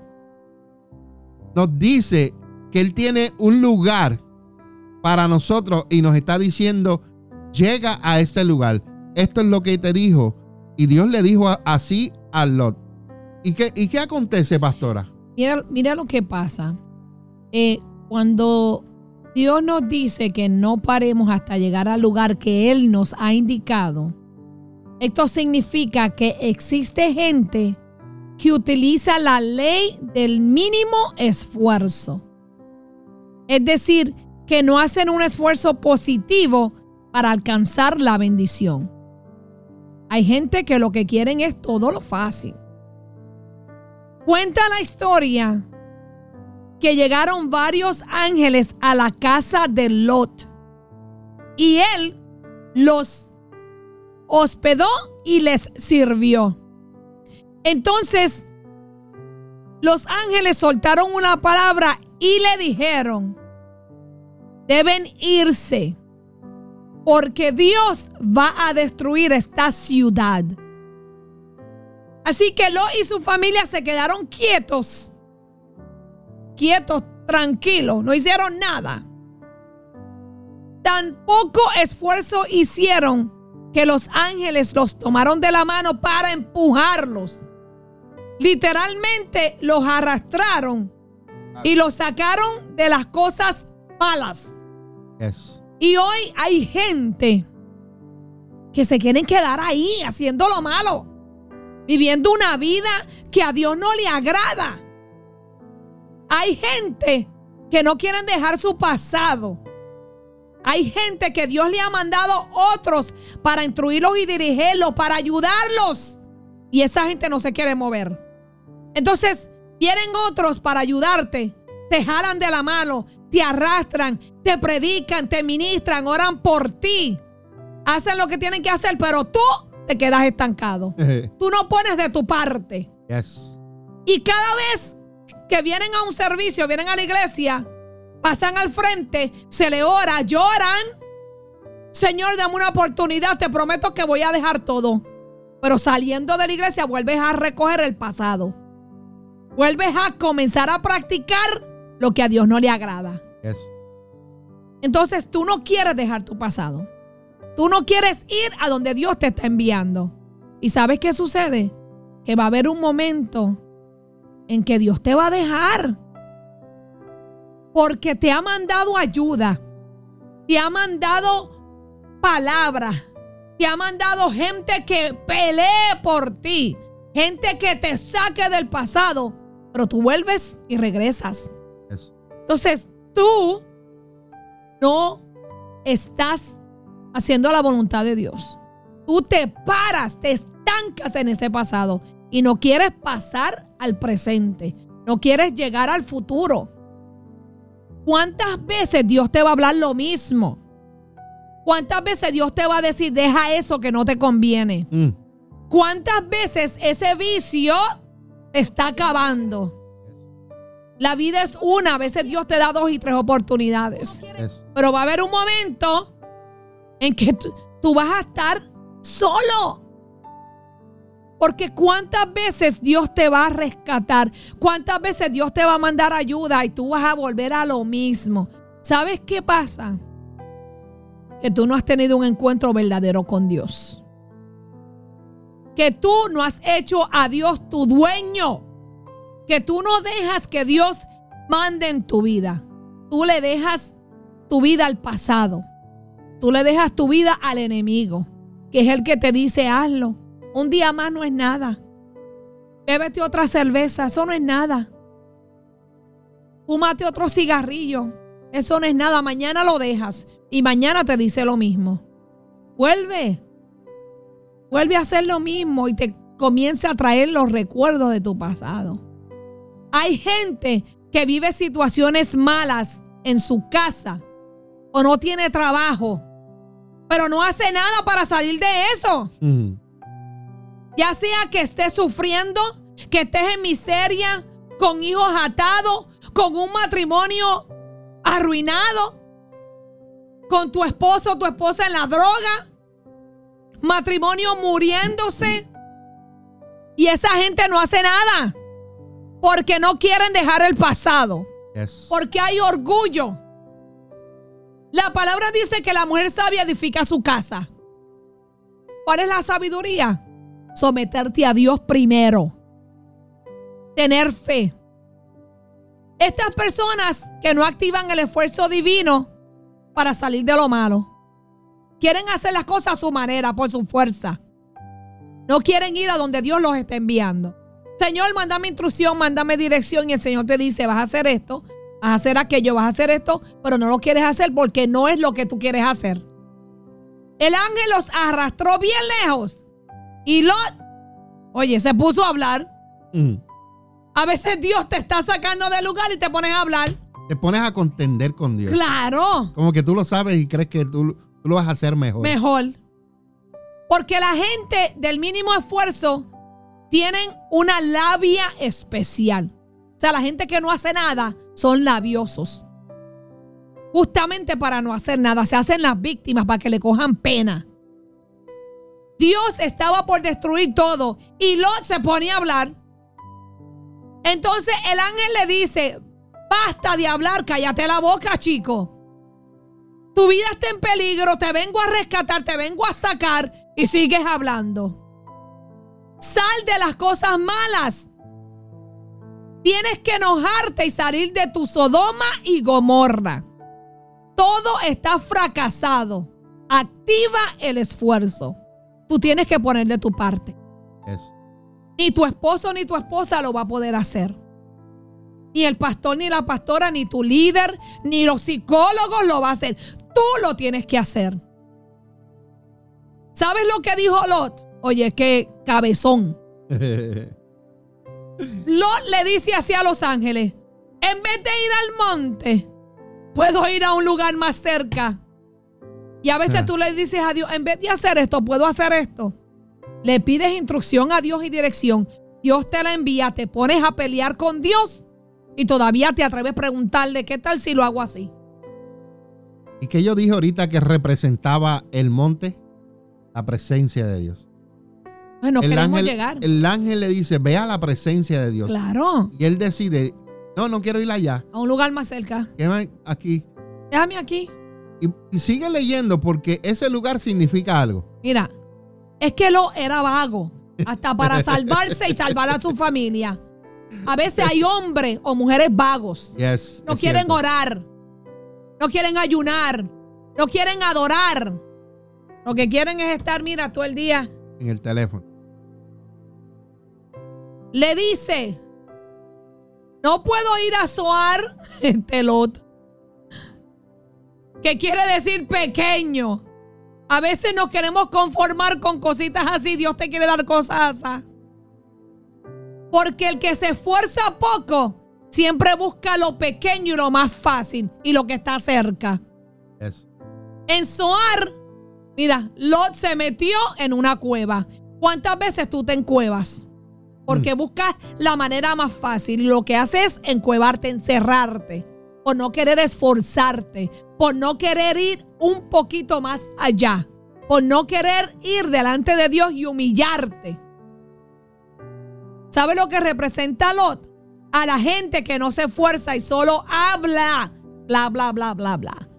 [SPEAKER 2] nos dice que Él tiene un lugar para nosotros y nos está diciendo, llega a este lugar. Esto es lo que te dijo. Y Dios le dijo a, así a Lot. ¿Y qué, ¿Y qué acontece, pastora?
[SPEAKER 3] Mira, mira lo que pasa. Eh, cuando Dios nos dice que no paremos hasta llegar al lugar que Él nos ha indicado, esto significa que existe gente que utiliza la ley del mínimo esfuerzo. Es decir, que no hacen un esfuerzo positivo para alcanzar la bendición. Hay gente que lo que quieren es todo lo fácil. Cuenta la historia que llegaron varios ángeles a la casa de Lot y él los hospedó y les sirvió. Entonces, los ángeles soltaron una palabra y le dijeron, deben irse porque Dios va a destruir esta ciudad. Así que Lot y su familia se quedaron quietos, quietos, tranquilos, no hicieron nada. Tan poco esfuerzo hicieron que los ángeles los tomaron de la mano para empujarlos. Literalmente los arrastraron y los sacaron de las cosas malas.
[SPEAKER 2] Yes.
[SPEAKER 3] Y hoy hay gente que se quieren quedar ahí haciendo lo malo, viviendo una vida que a Dios no le agrada. Hay gente que no quieren dejar su pasado. Hay gente que Dios le ha mandado otros para instruirlos y dirigirlos, para ayudarlos. Y esa gente no se quiere mover. Entonces, vienen otros para ayudarte. Te jalan de la mano, te arrastran, te predican, te ministran, oran por ti. Hacen lo que tienen que hacer, pero tú te quedas estancado. Tú no pones de tu parte.
[SPEAKER 2] Yes.
[SPEAKER 3] Y cada vez que vienen a un servicio, vienen a la iglesia, pasan al frente, se le ora, lloran. Señor, dame una oportunidad, te prometo que voy a dejar todo. Pero saliendo de la iglesia vuelves a recoger el pasado. Vuelves a comenzar a practicar lo que a Dios no le agrada.
[SPEAKER 2] Yes.
[SPEAKER 3] Entonces tú no quieres dejar tu pasado. Tú no quieres ir a donde Dios te está enviando. ¿Y sabes qué sucede? Que va a haber un momento en que Dios te va a dejar. Porque te ha mandado ayuda. Te ha mandado palabra. Te ha mandado gente que pelee por ti. Gente que te saque del pasado. Pero tú vuelves y regresas.
[SPEAKER 2] Yes.
[SPEAKER 3] Entonces tú no estás haciendo la voluntad de Dios. Tú te paras, te estancas en ese pasado y no quieres pasar al presente. No quieres llegar al futuro. ¿Cuántas veces Dios te va a hablar lo mismo? ¿Cuántas veces Dios te va a decir, deja eso que no te conviene? Mm. ¿Cuántas veces ese vicio te está acabando? La vida es una, a veces Dios te da dos y tres oportunidades. Yes. Pero va a haber un momento en que tú, tú vas a estar solo. Porque cuántas veces Dios te va a rescatar, cuántas veces Dios te va a mandar ayuda y tú vas a volver a lo mismo. ¿Sabes qué pasa? Que tú no has tenido un encuentro verdadero con Dios. Que tú no has hecho a Dios tu dueño. Que tú no dejas que Dios mande en tu vida. Tú le dejas tu vida al pasado. Tú le dejas tu vida al enemigo, que es el que te dice hazlo. Un día más no es nada. Bébete otra cerveza, eso no es nada. Fúmate otro cigarrillo, eso no es nada. Mañana lo dejas y mañana te dice lo mismo. Vuelve. Vuelve a hacer lo mismo y te comienza a traer los recuerdos de tu pasado. Hay gente que vive situaciones malas en su casa o no tiene trabajo, pero no hace nada para salir de eso. Mm. Ya sea que estés sufriendo, que estés en miseria, con hijos atados, con un matrimonio arruinado, con tu esposo o tu esposa en la droga, matrimonio muriéndose. Y esa gente no hace nada porque no quieren dejar el pasado. Yes. Porque hay orgullo. La palabra dice que la mujer sabia edifica su casa. ¿Cuál es la sabiduría? Someterte a Dios primero. Tener fe. Estas personas que no activan el esfuerzo divino para salir de lo malo, quieren hacer las cosas a su manera, por su fuerza. No quieren ir a donde Dios los está enviando. Señor, mándame instrucción, mándame dirección. Y el Señor te dice, vas a hacer esto, vas a hacer aquello, vas a hacer esto, pero no lo quieres hacer porque no es lo que tú quieres hacer. El ángel los arrastró bien lejos. Y Lot, oye, se puso a hablar. Mm. A veces Dios te está sacando del lugar y te pones a hablar.
[SPEAKER 2] Te pones a contender con Dios.
[SPEAKER 3] Claro.
[SPEAKER 2] Como que tú lo sabes y crees que tú, tú lo vas a hacer mejor.
[SPEAKER 3] Mejor. Porque la gente del mínimo esfuerzo tienen una labia especial. O sea, la gente que no hace nada son labiosos. Justamente para no hacer nada. Se hacen las víctimas para que le cojan pena. Dios estaba por destruir todo y Lot se ponía a hablar. Entonces el ángel le dice, basta de hablar, cállate la boca, chico. Tu vida está en peligro, te vengo a rescatar, te vengo a sacar y sigues hablando. Sal de las cosas malas. Tienes que enojarte y salir de tu Sodoma y Gomorra. Todo está fracasado. Activa el esfuerzo. Tú tienes que poner de tu parte. Yes. Ni tu esposo ni tu esposa lo va a poder hacer. Ni el pastor, ni la pastora, ni tu líder, ni los psicólogos lo va a hacer. Tú lo tienes que hacer. ¿Sabes lo que dijo Lot? Oye, qué cabezón. Lot le dice así a los ángeles, en vez de ir al monte, puedo ir a un lugar más cerca. Y a veces tú le dices a Dios, en vez de hacer esto, puedo hacer esto. Le pides instrucción a Dios y dirección. Dios te la envía, te pones a pelear con Dios y todavía te atreves a preguntarle, ¿qué tal si lo hago así?
[SPEAKER 2] ¿Y qué yo dije ahorita que representaba el monte? La presencia de Dios.
[SPEAKER 3] Bueno,
[SPEAKER 2] el
[SPEAKER 3] queremos
[SPEAKER 2] ángel,
[SPEAKER 3] llegar.
[SPEAKER 2] El ángel le dice, ve a la presencia de Dios.
[SPEAKER 3] Claro.
[SPEAKER 2] Y él decide, no, no quiero ir allá.
[SPEAKER 3] A un lugar más cerca.
[SPEAKER 2] Quédame aquí.
[SPEAKER 3] Déjame aquí.
[SPEAKER 2] Y, y sigue leyendo porque ese lugar significa algo.
[SPEAKER 3] Mira, es que Lot era vago, hasta para salvarse y salvar a su familia. A veces hay hombres o mujeres vagos.
[SPEAKER 2] Yes,
[SPEAKER 3] no quieren
[SPEAKER 2] cierto.
[SPEAKER 3] orar, no quieren ayunar, no quieren adorar. Lo que quieren es estar, mira, todo el día
[SPEAKER 2] en el teléfono.
[SPEAKER 3] Le dice, no puedo ir a Zoar, este Lot, que quiere decir pequeño. A veces nos queremos conformar con cositas así. Dios te quiere dar cosas así. Porque el que se esfuerza poco siempre busca lo pequeño y lo más fácil y lo que está cerca.
[SPEAKER 2] Yes.
[SPEAKER 3] En Zoar, mira, Lot se metió en una cueva. ¿Cuántas veces tú te encuevas? Porque mm. buscas la manera más fácil. Y lo que haces es encuevarte, encerrarte. Por no querer esforzarte. Por no querer ir un poquito más allá. Por no querer ir delante de Dios y humillarte. ¿Sabe lo que representa Lot? A la gente que no se esfuerza y solo habla. Bla, bla, bla, bla, bla.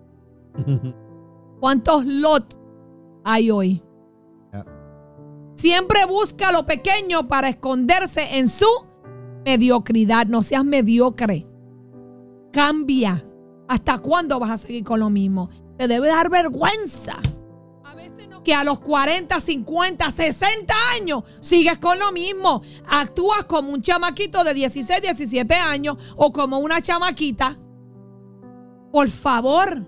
[SPEAKER 3] ¿Cuántos Lot hay hoy? Yeah. Siempre busca lo pequeño para esconderse en su mediocridad. No seas mediocre. Cambia. ¿Hasta cuándo vas a seguir con lo mismo? Te debe dar vergüenza. A veces no, que a los cuarenta, cincuenta, sesenta años sigues con lo mismo. Actúas como un chamaquito de dieciséis, diecisiete años o como una chamaquita. Por favor.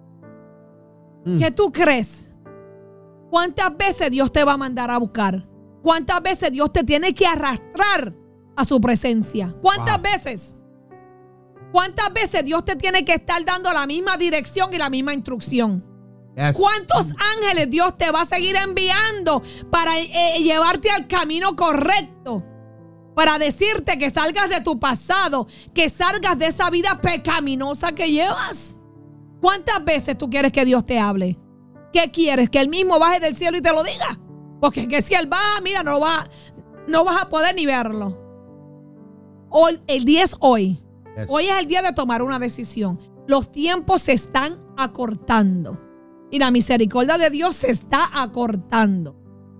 [SPEAKER 3] Mm. ¿Qué tú crees? ¿Cuántas veces Dios te va a mandar a buscar? ¿Cuántas veces Dios te tiene que arrastrar a su presencia? ¿Cuántas wow. veces? ¿Cuántas veces Dios te tiene que estar dando la misma dirección y la misma instrucción? Yes. ¿Cuántos ángeles Dios te va a seguir enviando para eh, llevarte al camino correcto? Para decirte que salgas de tu pasado, que salgas de esa vida pecaminosa que llevas. ¿Cuántas veces tú quieres que Dios te hable? ¿Qué quieres? ¿Que Él mismo baje del cielo y te lo diga? Porque que si Él va, mira, no, va, no vas a poder ni verlo. Hoy, el día es hoy. Yes. Hoy es el día de tomar una decisión. Los tiempos se están acortando. Y la misericordia de Dios se está acortando.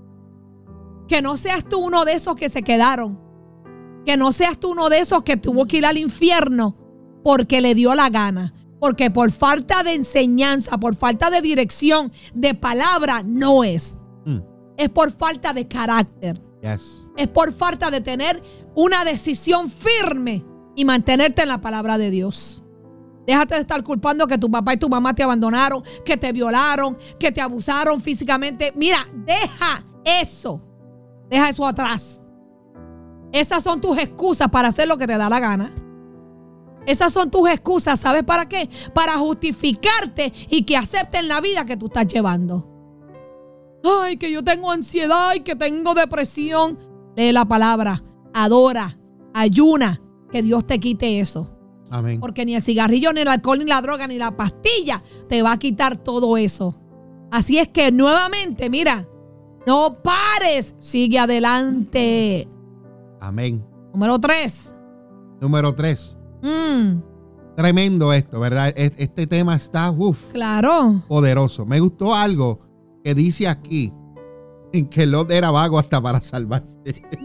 [SPEAKER 3] Que no seas tú uno de esos que se quedaron. Que no seas tú uno de esos que tuvo que ir al infierno porque le dio la gana. Porque por falta de enseñanza, por falta de dirección, de palabra, no es. Mm. Es por falta de carácter. Yes. Es por falta de tener una decisión firme y mantenerte en la palabra de Dios. Déjate de estar culpando que tu papá y tu mamá te abandonaron, que te violaron, que te abusaron físicamente. Mira, deja eso. Deja eso atrás. Esas son tus excusas para hacer lo que te da la gana. Esas son tus excusas, ¿sabes para qué? Para justificarte y que acepten la vida que tú estás llevando. Ay, que yo tengo ansiedad y que tengo depresión. Lee la palabra, adora, ayuna, que Dios te quite eso. Amén. Porque ni el cigarrillo, ni el alcohol, ni la droga, ni la pastilla te va a quitar todo eso. Así es que nuevamente, mira, no pares, sigue adelante.
[SPEAKER 2] Amén.
[SPEAKER 3] Número tres.
[SPEAKER 2] Número tres.
[SPEAKER 3] Mm.
[SPEAKER 2] Tremendo esto, ¿verdad? Este tema está uf,
[SPEAKER 3] claro.
[SPEAKER 2] poderoso. Me gustó algo que dice aquí, en que Lot era vago hasta para salvarse.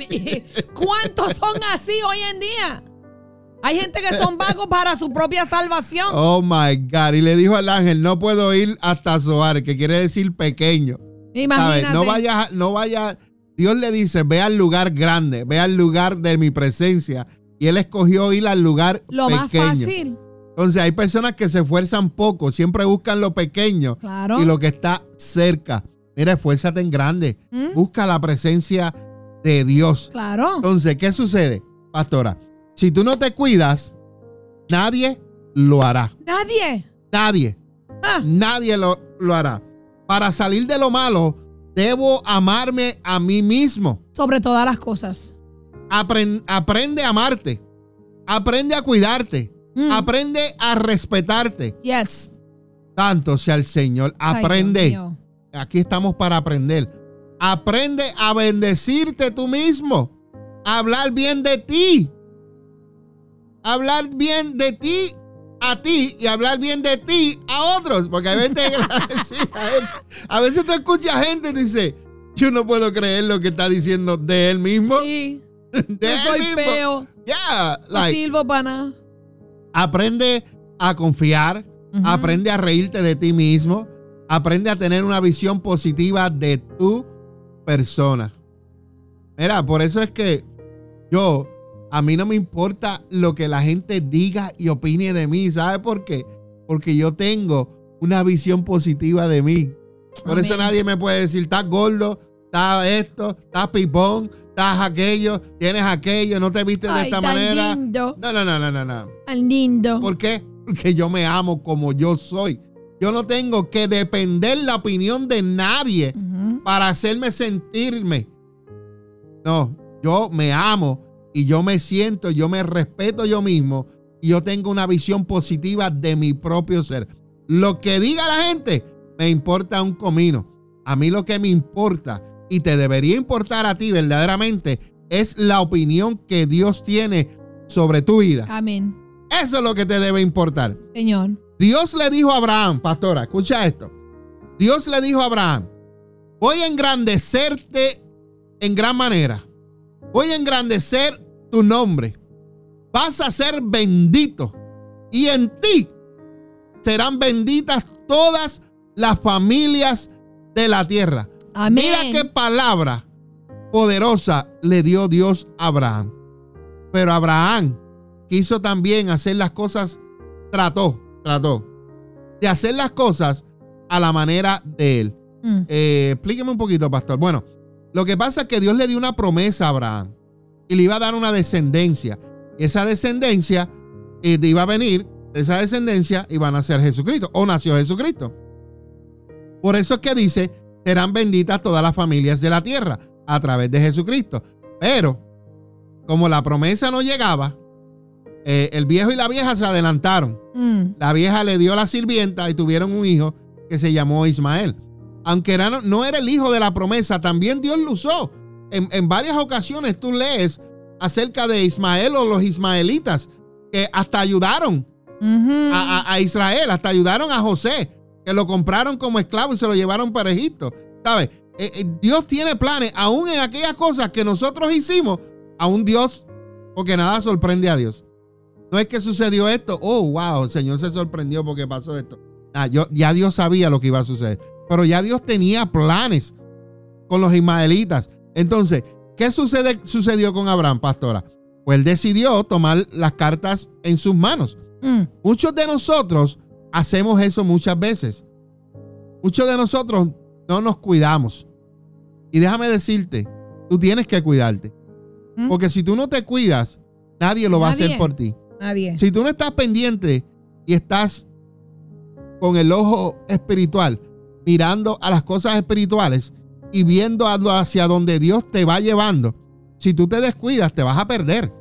[SPEAKER 3] ¿Cuántos son así hoy en día? Hay gente que son vagos para su propia salvación.
[SPEAKER 2] Oh my God. Y le dijo al ángel, no puedo ir hasta Zoar, que quiere decir pequeño.
[SPEAKER 3] Imagínate.
[SPEAKER 2] ¿Sabes? No vayas, no vaya. Dios le dice, ve al lugar grande, ve al lugar de mi presencia. Y él escogió ir al lugar
[SPEAKER 3] lo
[SPEAKER 2] pequeño.
[SPEAKER 3] Lo más fácil.
[SPEAKER 2] Entonces hay personas que se esfuerzan poco, siempre buscan lo pequeño
[SPEAKER 3] claro.
[SPEAKER 2] y lo que está cerca. Mira, esfuérzate en grande. ¿Mm? Busca la presencia de Dios.
[SPEAKER 3] Claro.
[SPEAKER 2] Entonces, ¿qué sucede, pastora? Si tú no te cuidas, nadie lo hará.
[SPEAKER 3] Nadie.
[SPEAKER 2] Nadie. Ah. Nadie lo, lo hará. Para salir de lo malo, debo amarme a mí mismo.
[SPEAKER 3] Sobre todas las cosas.
[SPEAKER 2] Aprende, aprende a amarte. Aprende a cuidarte. Mm. Aprende a respetarte.
[SPEAKER 3] Yes.
[SPEAKER 2] Tanto sea el Señor. Aprende. Ay, aquí estamos para aprender. Aprende a bendecirte tú mismo. A hablar bien de ti. Hablar bien de ti a ti y hablar bien de ti a otros. Porque a veces, a veces tú escuchas gente y dices, yo no puedo creer lo que está diciendo de él mismo.
[SPEAKER 3] Sí.
[SPEAKER 2] De
[SPEAKER 3] yo
[SPEAKER 2] él
[SPEAKER 3] soy
[SPEAKER 2] mismo.
[SPEAKER 3] feo.
[SPEAKER 2] Yeah,
[SPEAKER 3] no like, sirvo para nada.
[SPEAKER 2] Aprende a confiar. Uh-huh. Aprende a reírte de ti mismo. Aprende a tener una visión positiva de tu persona. Mira, por eso es que yo, a mí no me importa lo que la gente diga y opine de mí. ¿Sabe por qué? Porque yo tengo una visión positiva de mí. Por Amén. Eso nadie me puede decir, estás gordo, estás esto, estás pipón, estás aquello, tienes aquello, no te vistes de esta
[SPEAKER 3] tan
[SPEAKER 2] manera.
[SPEAKER 3] Lindo.
[SPEAKER 2] No, no, no, no, no, no.
[SPEAKER 3] Tan lindo.
[SPEAKER 2] ¿Por qué? Porque yo me amo como yo soy. Yo no tengo que depender la opinión de nadie uh-huh. para hacerme sentirme. No, yo me amo y yo me siento, yo me respeto yo mismo y yo tengo una visión positiva de mi propio ser. Lo que diga la gente me importa un comino. A mí lo que me importa y te debería importar a ti verdaderamente es la opinión que Dios tiene sobre tu vida.
[SPEAKER 3] Amén.
[SPEAKER 2] Eso es lo que te debe importar.
[SPEAKER 3] Señor.
[SPEAKER 2] Dios le dijo a Abraham, pastora, escucha esto. Dios le dijo a Abraham, voy a engrandecerte en gran manera. Voy a engrandecer tu nombre. Vas a ser bendito. Y en ti serán benditas todas las familias de la tierra.
[SPEAKER 3] Amén.
[SPEAKER 2] Mira qué palabra poderosa le dio Dios a Abraham. Pero Abraham quiso también hacer las cosas, trató, trató de hacer las cosas a la manera de él. Mm. Eh, explíqueme un poquito, pastor. Bueno, lo que pasa es que Dios le dio una promesa a Abraham y le iba a dar una descendencia. Esa descendencia eh, iba a venir, esa descendencia iba a nacer Jesucristo, o nació Jesucristo. Por eso es que dice, serán benditas todas las familias de la tierra a través de Jesucristo. Pero, como la promesa no llegaba, eh, el viejo y la vieja se adelantaron. Mm. La vieja le dio la sirvienta y tuvieron un hijo que se llamó Ismael. Aunque era, no, no era el hijo de la promesa, también Dios lo usó. En, en varias ocasiones tú lees acerca de Ismael o los ismaelitas que hasta ayudaron uh-huh. a, a, a Israel, hasta ayudaron a José, que lo compraron como esclavo y se lo llevaron para Egipto. ¿Sabes? Eh, eh, Dios tiene planes, aún en aquellas cosas que nosotros hicimos, aún Dios, porque nada sorprende a Dios. No es que sucedió esto, oh, wow, el Señor se sorprendió porque pasó esto. Ah, yo, ya Dios sabía lo que iba a suceder, pero ya Dios tenía planes con los ismaelitas. Entonces, ¿qué sucede, sucedió con Abraham, pastora? Pues él decidió tomar las cartas en sus manos. Mm. Muchos de nosotros hacemos eso muchas veces. Muchos de nosotros no nos cuidamos. Y déjame decirte, tú tienes que cuidarte. ¿Mm? Porque si tú no te cuidas, nadie lo nadie. va a hacer por ti.
[SPEAKER 3] Nadie.
[SPEAKER 2] Si tú no estás pendiente y estás con el ojo espiritual, mirando a las cosas espirituales y viendo hacia donde Dios te va llevando, si tú te descuidas, te vas a perder.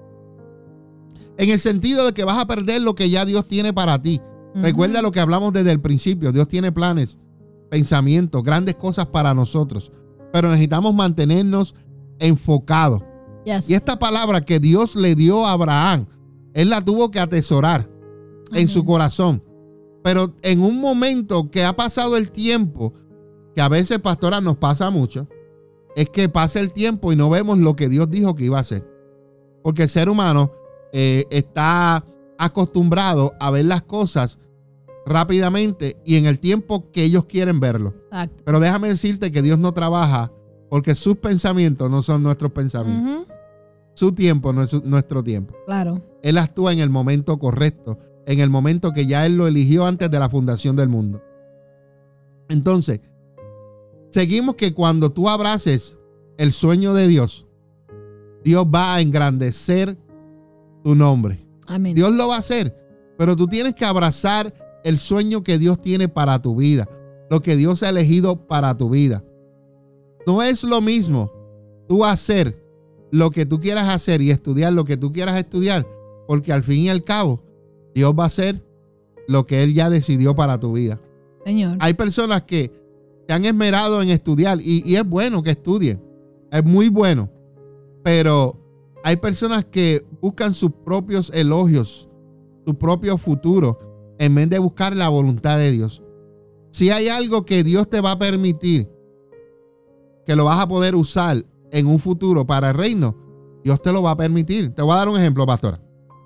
[SPEAKER 2] En el sentido de que vas a perder lo que ya Dios tiene para ti. Uh-huh. Recuerda lo que hablamos desde el principio. Dios tiene planes, pensamientos, grandes cosas para nosotros. Pero necesitamos mantenernos enfocados. Yes. Y esta palabra que Dios le dio a Abraham, él la tuvo que atesorar uh-huh. en su corazón. Pero en un momento que ha pasado el tiempo, que a veces, pastora, nos pasa mucho, es que pasa el tiempo y no vemos lo que Dios dijo que iba a hacer. Porque el ser humano eh, está acostumbrado a ver las cosas rápidamente y en el tiempo que ellos quieren verlo. Exacto. Pero déjame decirte que Dios no trabaja porque sus pensamientos no son nuestros pensamientos. Uh-huh. Su tiempo no es su, nuestro tiempo.
[SPEAKER 3] Claro.
[SPEAKER 2] Él actúa en el momento correcto, en el momento que ya Él lo eligió antes de la fundación del mundo. Entonces, seguimos que cuando tú abraces el sueño de Dios, Dios va a engrandecer tu nombre.
[SPEAKER 3] Amén.
[SPEAKER 2] Dios lo va a hacer, pero tú tienes que abrazar el sueño que Dios tiene para tu vida, lo que Dios ha elegido para tu vida. No es lo mismo tú hacer lo que tú quieras hacer y estudiar lo que tú quieras estudiar, porque al fin y al cabo, Dios va a hacer lo que Él ya decidió para tu vida.
[SPEAKER 3] Señor.
[SPEAKER 2] Hay personas que se han esmerado en estudiar y, y es bueno que estudien, es muy bueno, pero hay personas que buscan sus propios elogios, su propio futuro, en vez de buscar la voluntad de Dios. Si hay algo que Dios te va a permitir, que lo vas a poder usar en un futuro para el reino, Dios te lo va a permitir. Te voy a dar un ejemplo, pastora.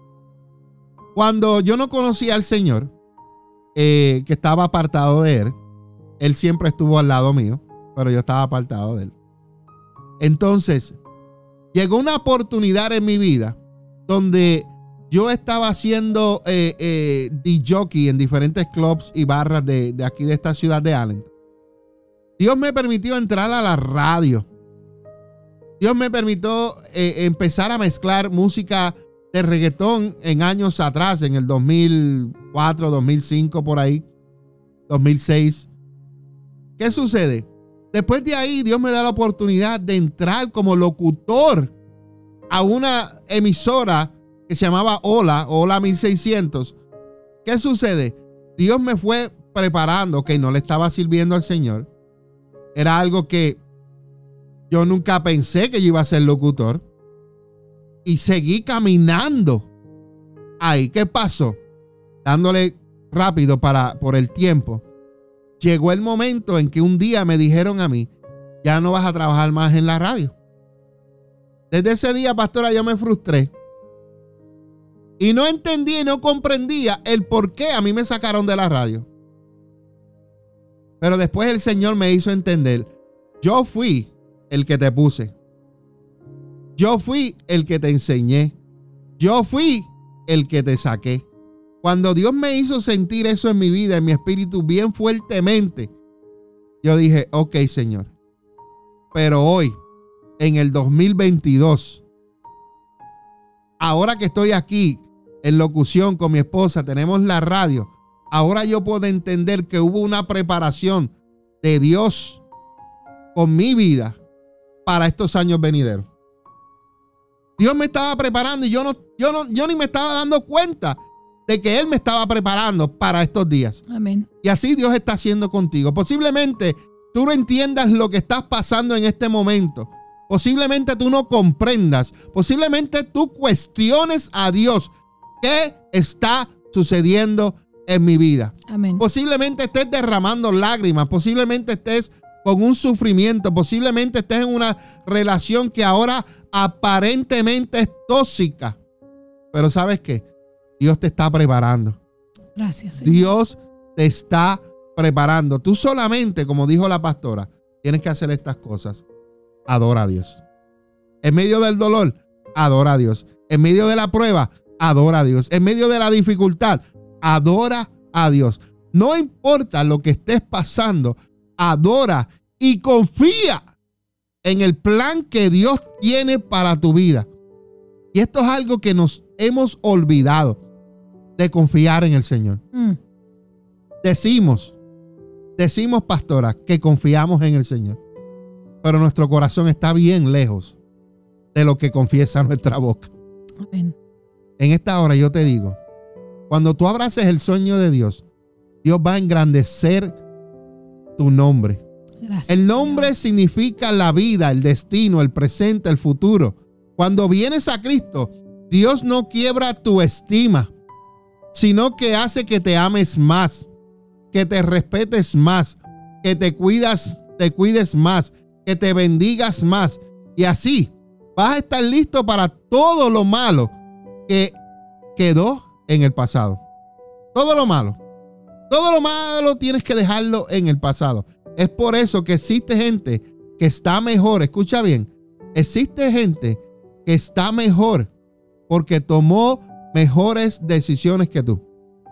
[SPEAKER 2] Cuando yo no conocía al Señor, eh, que estaba apartado de Él, Él siempre estuvo al lado mío, pero yo estaba apartado de Él. Entonces, llegó una oportunidad en mi vida donde yo estaba haciendo eh, eh, D J en diferentes clubs y barras de, de aquí de esta ciudad de Allentown. Dios me permitió entrar a la radio. Dios me permitió eh, empezar a mezclar música de reggaetón en años atrás, en el dos mil cuatro, dos mil cinco, por ahí, dos mil seis. ¿Qué sucede? Después de ahí, Dios me da la oportunidad de entrar como locutor a una emisora que se llamaba Hola, Hola mil seiscientos. ¿Qué sucede? Dios me fue preparando, que no le estaba sirviendo al Señor. Era algo que yo nunca pensé que yo iba a ser locutor. Y seguí caminando. Ahí, ¿qué pasó? Dándole rápido para, por el tiempo. Llegó el momento en que un día me dijeron a mí, ya no vas a trabajar más en la radio. Desde ese día, pastora, yo me frustré. Y no entendía y no comprendía el por qué a mí me sacaron de la radio. Pero después el Señor me hizo entender, yo fui el que te puse. Yo fui el que te enseñé. Yo fui el que te saqué. Cuando Dios me hizo sentir eso en mi vida, en mi espíritu, bien fuertemente, yo dije, ok, Señor. Pero hoy, en el dos mil veintidós, ahora que estoy aquí en locución con mi esposa, tenemos la radio, ahora yo puedo entender que hubo una preparación de Dios con mi vida para estos años venideros. Dios me estaba preparando y yo, no, yo, no, yo ni me estaba dando cuenta de que Él me estaba preparando para estos días.
[SPEAKER 3] Amén.
[SPEAKER 2] Y así Dios está haciendo contigo. Posiblemente tú no entiendas lo que estás pasando en este momento. Posiblemente tú no comprendas. Posiblemente tú cuestiones a Dios. ¿Qué está sucediendo en mi vida?
[SPEAKER 3] Amén.
[SPEAKER 2] Posiblemente estés derramando lágrimas. Posiblemente estés con un sufrimiento. Posiblemente estés en una relación que ahora aparentemente es tóxica. Pero ¿sabes qué? Dios te está preparando.
[SPEAKER 3] Gracias, Señor.
[SPEAKER 2] Dios te está preparando. Tú solamente, como dijo la pastora, tienes que hacer estas cosas. Adora a Dios. En medio del dolor, adora a Dios. En medio de la prueba, adora a Dios. En medio de la dificultad, adora a Dios. No importa lo que estés pasando, adora y confía en el plan que Dios tiene para tu vida. Y esto es algo que nos hemos olvidado de confiar en el Señor. Mm. Decimos, decimos, pastora, que confiamos en el Señor, pero nuestro corazón está bien lejos de lo que confiesa nuestra boca.
[SPEAKER 3] Amén.
[SPEAKER 2] En esta hora yo te digo, cuando tú abraces el sueño de Dios, Dios va a engrandecer tu nombre.
[SPEAKER 3] Gracias,
[SPEAKER 2] el nombre
[SPEAKER 3] Señor.
[SPEAKER 2] Significa la vida, el destino, el presente, el futuro. Cuando vienes a Cristo, Dios no quiebra tu estima, sino que hace que te ames más, que te respetes más, que te cuidas, te cuides más, que te bendigas más. Y así vas a estar listo para todo lo malo que quedó en el pasado. Todo lo malo. Todo lo malo tienes que dejarlo en el pasado. Es por eso que existe gente que está mejor. Escucha bien. Existe gente que está mejor porque tomó mejores decisiones que tú.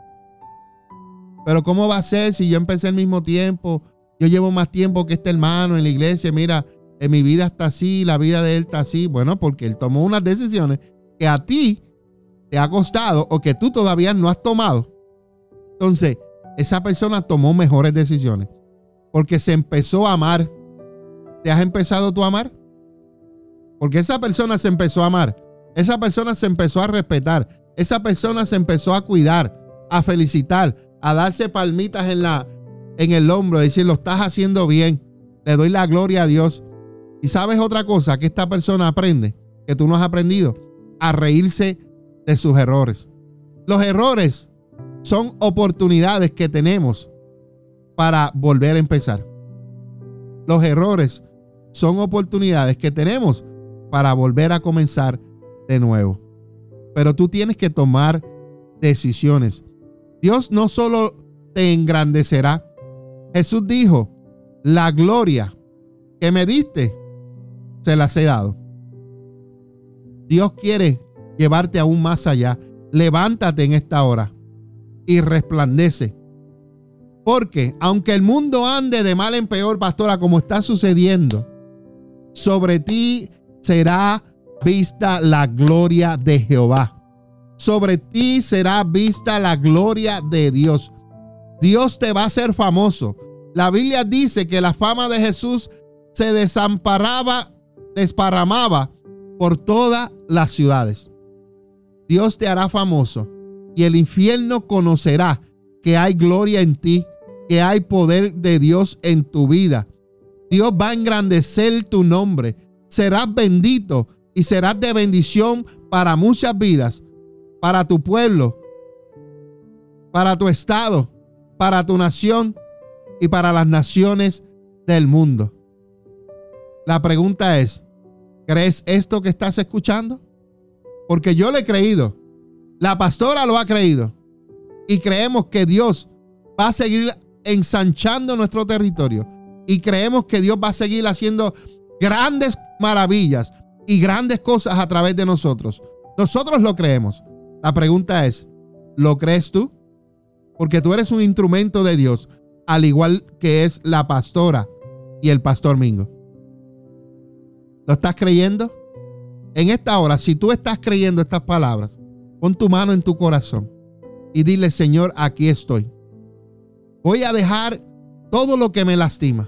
[SPEAKER 2] Pero ¿cómo va a ser si yo empecé al mismo tiempo? Yo llevo más tiempo que este hermano en la iglesia. Mira, en mi vida está así, la vida de él está así. Bueno, porque él tomó unas decisiones que a ti te ha costado o que tú todavía no has tomado. Entonces, esa persona tomó mejores decisiones porque se empezó a amar. ¿Te has empezado tú a amar? Porque esa persona se empezó a amar. Esa persona se empezó a respetar. Esa persona se empezó a cuidar, a felicitar, a darse palmitas en, la, en el hombro, a decir, lo estás haciendo bien. Le doy la gloria a Dios. Y sabes otra cosa que esta persona aprende, que tú no has aprendido, a reírse de sus errores. Los errores son oportunidades que tenemos para volver a empezar. Los errores son oportunidades que tenemos para volver a comenzar de nuevo. Pero tú tienes que tomar decisiones. Dios no solo te engrandecerá. Jesús dijo, la gloria que me diste, se las he dado. Dios quiere llevarte aún más allá. Levántate en esta hora y resplandece. Porque aunque el mundo ande de mal en peor, pastora, como está sucediendo, sobre ti será vista la gloria de Jehová. Sobre ti será vista la gloria de Dios. Dios te va a hacer famoso. La Biblia dice que la fama de Jesús se desamparaba, desparramaba por todas las ciudades. Dios te hará famoso y el infierno conocerá que hay gloria en ti, que hay poder de Dios en tu vida. Dios va a engrandecer tu nombre. Serás bendito y serás de bendición para muchas vidas, para tu pueblo, para tu estado, para tu nación y para las naciones del mundo. La pregunta es, ¿crees esto que estás escuchando? Porque yo lo he creído. La pastora lo ha creído. Y creemos que Dios va a seguir ensanchando nuestro territorio. Y creemos que Dios va a seguir haciendo grandes maravillas y grandes cosas a través de nosotros. Nosotros lo creemos. La pregunta es, ¿lo crees tú? Porque tú eres un instrumento de Dios, al igual que es la pastora y el pastor Mingo. ¿Lo estás creyendo? En esta hora, si tú estás creyendo estas palabras, pon tu mano en tu corazón y dile, Señor, aquí estoy. Voy a dejar todo lo que me lastima.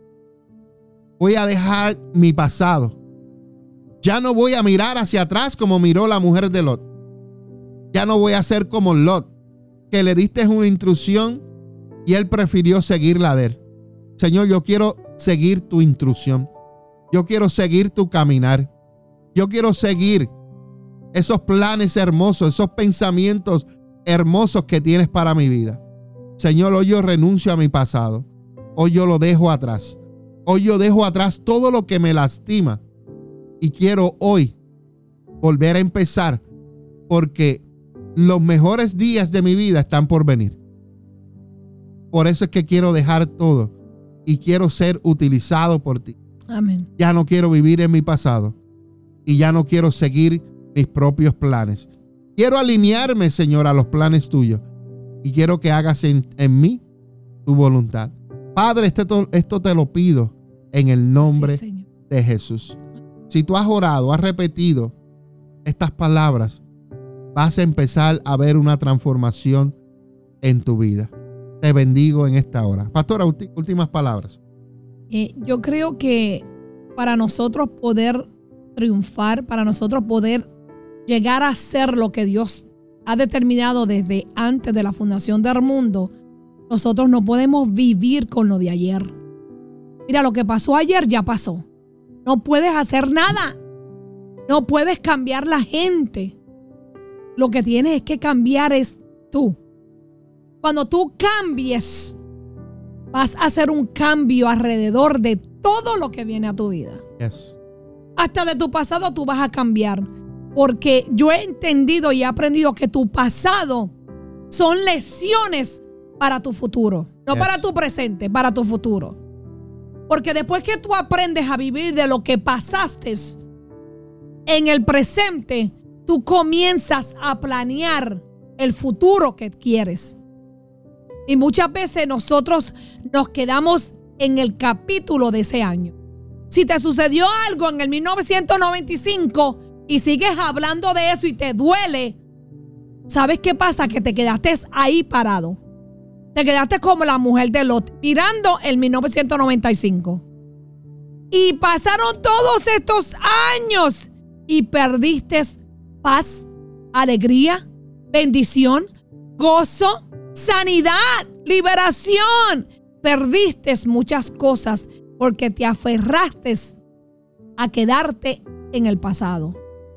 [SPEAKER 2] Voy a dejar mi pasado. Ya no voy a mirar hacia atrás como miró la mujer de Lot. Ya no voy a ser como Lot, que le diste una instrucción y él prefirió seguirla de él. Señor, yo quiero seguir tu instrucción. Yo quiero seguir tu caminar. Yo quiero seguir esos planes hermosos, esos pensamientos hermosos que tienes para mi vida. Señor, hoy yo renuncio a mi pasado. Hoy yo lo dejo atrás. Hoy yo dejo atrás todo lo que me lastima. Y quiero hoy volver a empezar, porque los mejores días de mi vida están por venir. Por eso es que quiero dejar todo y quiero ser utilizado por ti.
[SPEAKER 3] Amén.
[SPEAKER 2] Ya no quiero vivir en mi pasado y ya no quiero seguir mis propios planes. Quiero alinearme, Señor, a los planes tuyos y quiero que hagas en, en mí tu voluntad. Padre, esto, esto te lo pido en el nombre sí, de Jesús. Si tú has orado, has repetido estas palabras, vas a empezar a ver una transformación en tu vida. Te bendigo en esta hora. Pastora, últimas palabras.
[SPEAKER 3] Eh, yo creo que para nosotros poder triunfar, para nosotros poder llegar a ser lo que Dios ha determinado desde antes de la fundación del mundo, nosotros no podemos vivir con lo de ayer. Mira, lo que pasó ayer ya pasó. No puedes hacer nada. No puedes cambiar la gente. Lo que tienes es que cambiar es tú. Cuando tú cambies, vas a hacer un cambio alrededor de todo lo que viene a tu vida.
[SPEAKER 2] Yes.
[SPEAKER 3] Hasta de tu pasado tú vas a cambiar. Porque yo he entendido y he aprendido que tu pasado son lecciones para tu futuro. No yes. para tu presente, para tu futuro. Porque después que tú aprendes a vivir de lo que pasaste en el presente, tú comienzas a planear el futuro que quieres. Y muchas veces nosotros nos quedamos en el capítulo de ese año. Si te sucedió algo en el mil novecientos noventa y cinco y sigues hablando de eso y te duele, ¿sabes qué pasa? Que te quedaste ahí parado. Te quedaste como la mujer de Lot, mirando el mil novecientos noventa y cinco. Y pasaron todos estos años y perdiste paz, alegría, bendición, gozo, sanidad, liberación. Perdiste muchas cosas porque te aferraste a quedarte en el pasado.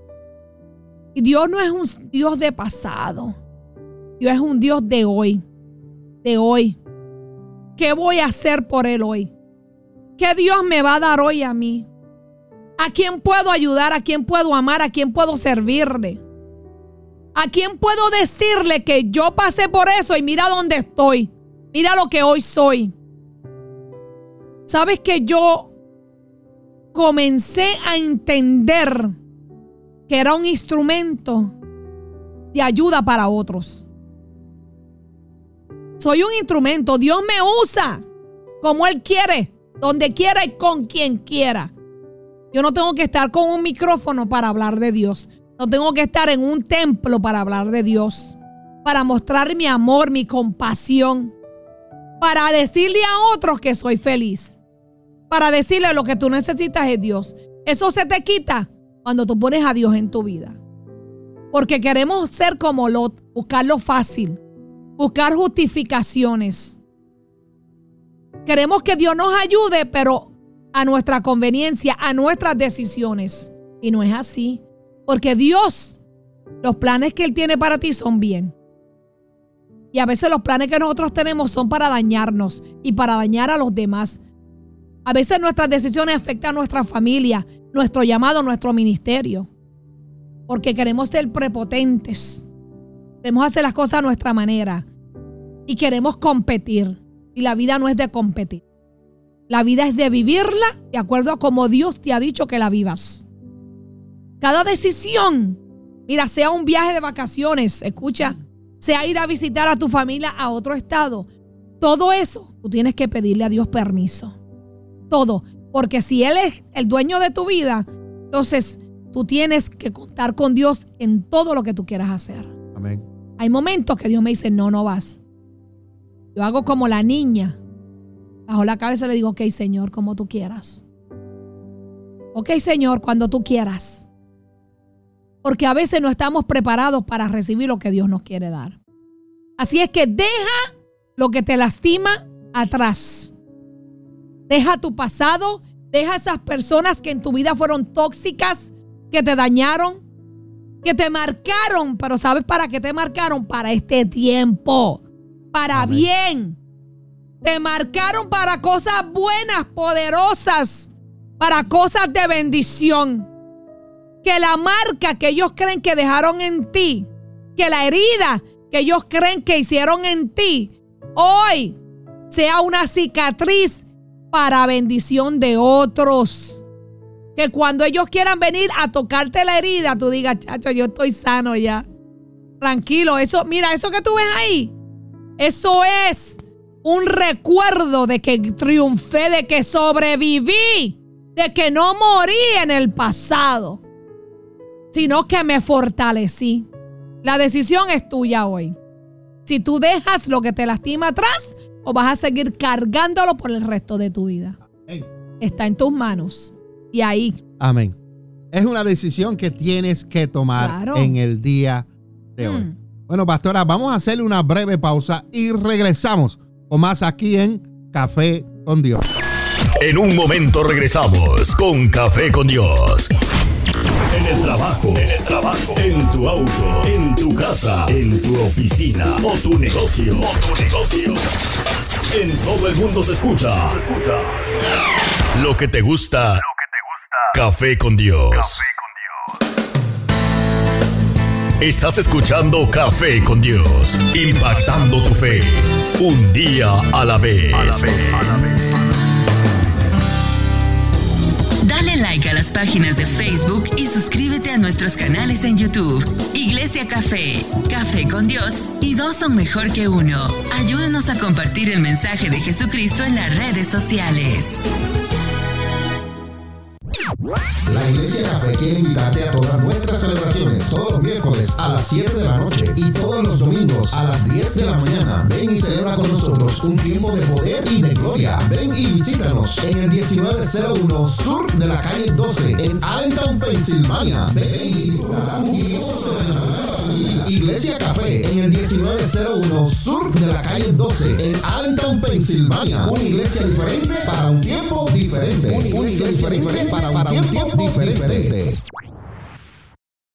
[SPEAKER 3] Y Dios no es un Dios de pasado. Dios es un Dios de hoy. De hoy. ¿Qué voy a hacer por Él hoy? ¿Qué Dios me va a dar hoy a mí? ¿A quién puedo ayudar? ¿A quién puedo amar? ¿A quién puedo servirle? ¿A quién puedo decirle que yo pasé por eso y mira dónde estoy? Mira lo que hoy soy. ¿Sabes que yo comencé a entender que era un instrumento de ayuda para otros? Soy un instrumento. Dios me usa como Él quiere, donde quiera y con quien quiera. Yo no tengo que estar con un micrófono para hablar de Dios. No tengo que estar en un templo para hablar de Dios. Para mostrar mi amor, mi compasión. Para decirle a otros que soy feliz. Para decirle lo que tú necesitas es Dios. Eso se te quita cuando tú pones a Dios en tu vida. Porque queremos ser como Lot, buscar lo fácil, buscar justificaciones. Queremos que Dios nos ayude, pero a nuestra conveniencia, a nuestras decisiones. Y no es así. Porque Dios, los planes que Él tiene para ti son bien. Y a veces los planes que nosotros tenemos son para dañarnos y para dañar a los demás. A veces nuestras decisiones afectan a nuestra familia, nuestro llamado, nuestro ministerio. Porque queremos ser prepotentes. Queremos hacer las cosas a nuestra manera. Y queremos competir. Y la vida no es de competir. La vida es de vivirla de acuerdo a como Dios te ha dicho que la vivas. Cada decisión, mira, sea un viaje de vacaciones, escucha, sea ir a visitar a tu familia a otro estado. Todo eso, tú tienes que pedirle a Dios permiso. Todo. Porque si Él es el dueño de tu vida, entonces tú tienes que contar con Dios en todo lo que tú quieras hacer.
[SPEAKER 2] Amén.
[SPEAKER 3] Hay momentos que Dios me dice, no, no vas. Yo hago como la niña. Bajo la cabeza le digo, ok, Señor, como tú quieras. Ok, Señor, cuando tú quieras. Porque a veces no estamos preparados para recibir lo que Dios nos quiere dar. Así es que deja lo que te lastima atrás. Deja tu pasado. Deja esas personas que en tu vida fueron tóxicas, que te dañaron, que te marcaron. Pero ¿sabes para qué te marcaron? Para este tiempo. Para Amén. Bien. Te marcaron para cosas buenas, poderosas. Para cosas de bendición. Que la marca que ellos creen que dejaron en ti, que la herida que ellos creen que hicieron en ti, hoy sea una cicatriz para bendición de otros. Que cuando ellos quieran venir a tocarte la herida, tú digas, chacho, yo estoy sano ya. Tranquilo, eso, mira, eso que tú ves ahí, eso es un recuerdo de que triunfé, de que sobreviví, de que no morí en el pasado, sino que me fortalecí. La decisión es tuya hoy. Si tú dejas lo que te lastima atrás o vas a seguir cargándolo por el resto de tu vida. Amén. Está en tus manos. Y ahí.
[SPEAKER 2] Amén. Es una decisión que tienes que tomar claro. en el día de mm. hoy. Bueno, pastora, vamos a hacerle una breve pausa y regresamos con más aquí en Café con Dios.
[SPEAKER 1] En un momento regresamos con Café con Dios. En el trabajo, en el trabajo, en tu auto, en tu casa, en tu oficina o tu negocio, o tu negocio. En todo el mundo se escucha. Se escucha. Lo que te gusta. Lo que te gusta. Café con Dios. Café con Dios. Estás escuchando Café con Dios, impactando tu fe, un día a la vez. A la vez, a la vez.
[SPEAKER 4] Dale like a las páginas de Facebook y suscríbete a nuestros canales en YouTube. Iglesia Café, Café con Dios y dos son mejor que uno. Ayúdanos a compartir el mensaje de Jesucristo en las redes sociales.
[SPEAKER 5] La Iglesia Café quiere invitarte a todas nuestras celebraciones todos los miércoles a las siete de la noche y todos los domingos a las diez de la mañana. Ven y celebra con nosotros un tiempo de poder y de gloria. Ven y visítanos en el diecinueve cero uno Sur de la calle doce en Allentown, Pensilvania. Ven y disfruta un gozo sobrenatural. Iglesia Café en el diecinueve cero uno Sur de la calle doce en Allentown, Pensilvania. Una iglesia diferente para un tiempo diferente. Una iglesia diferente para un tiempo diferente.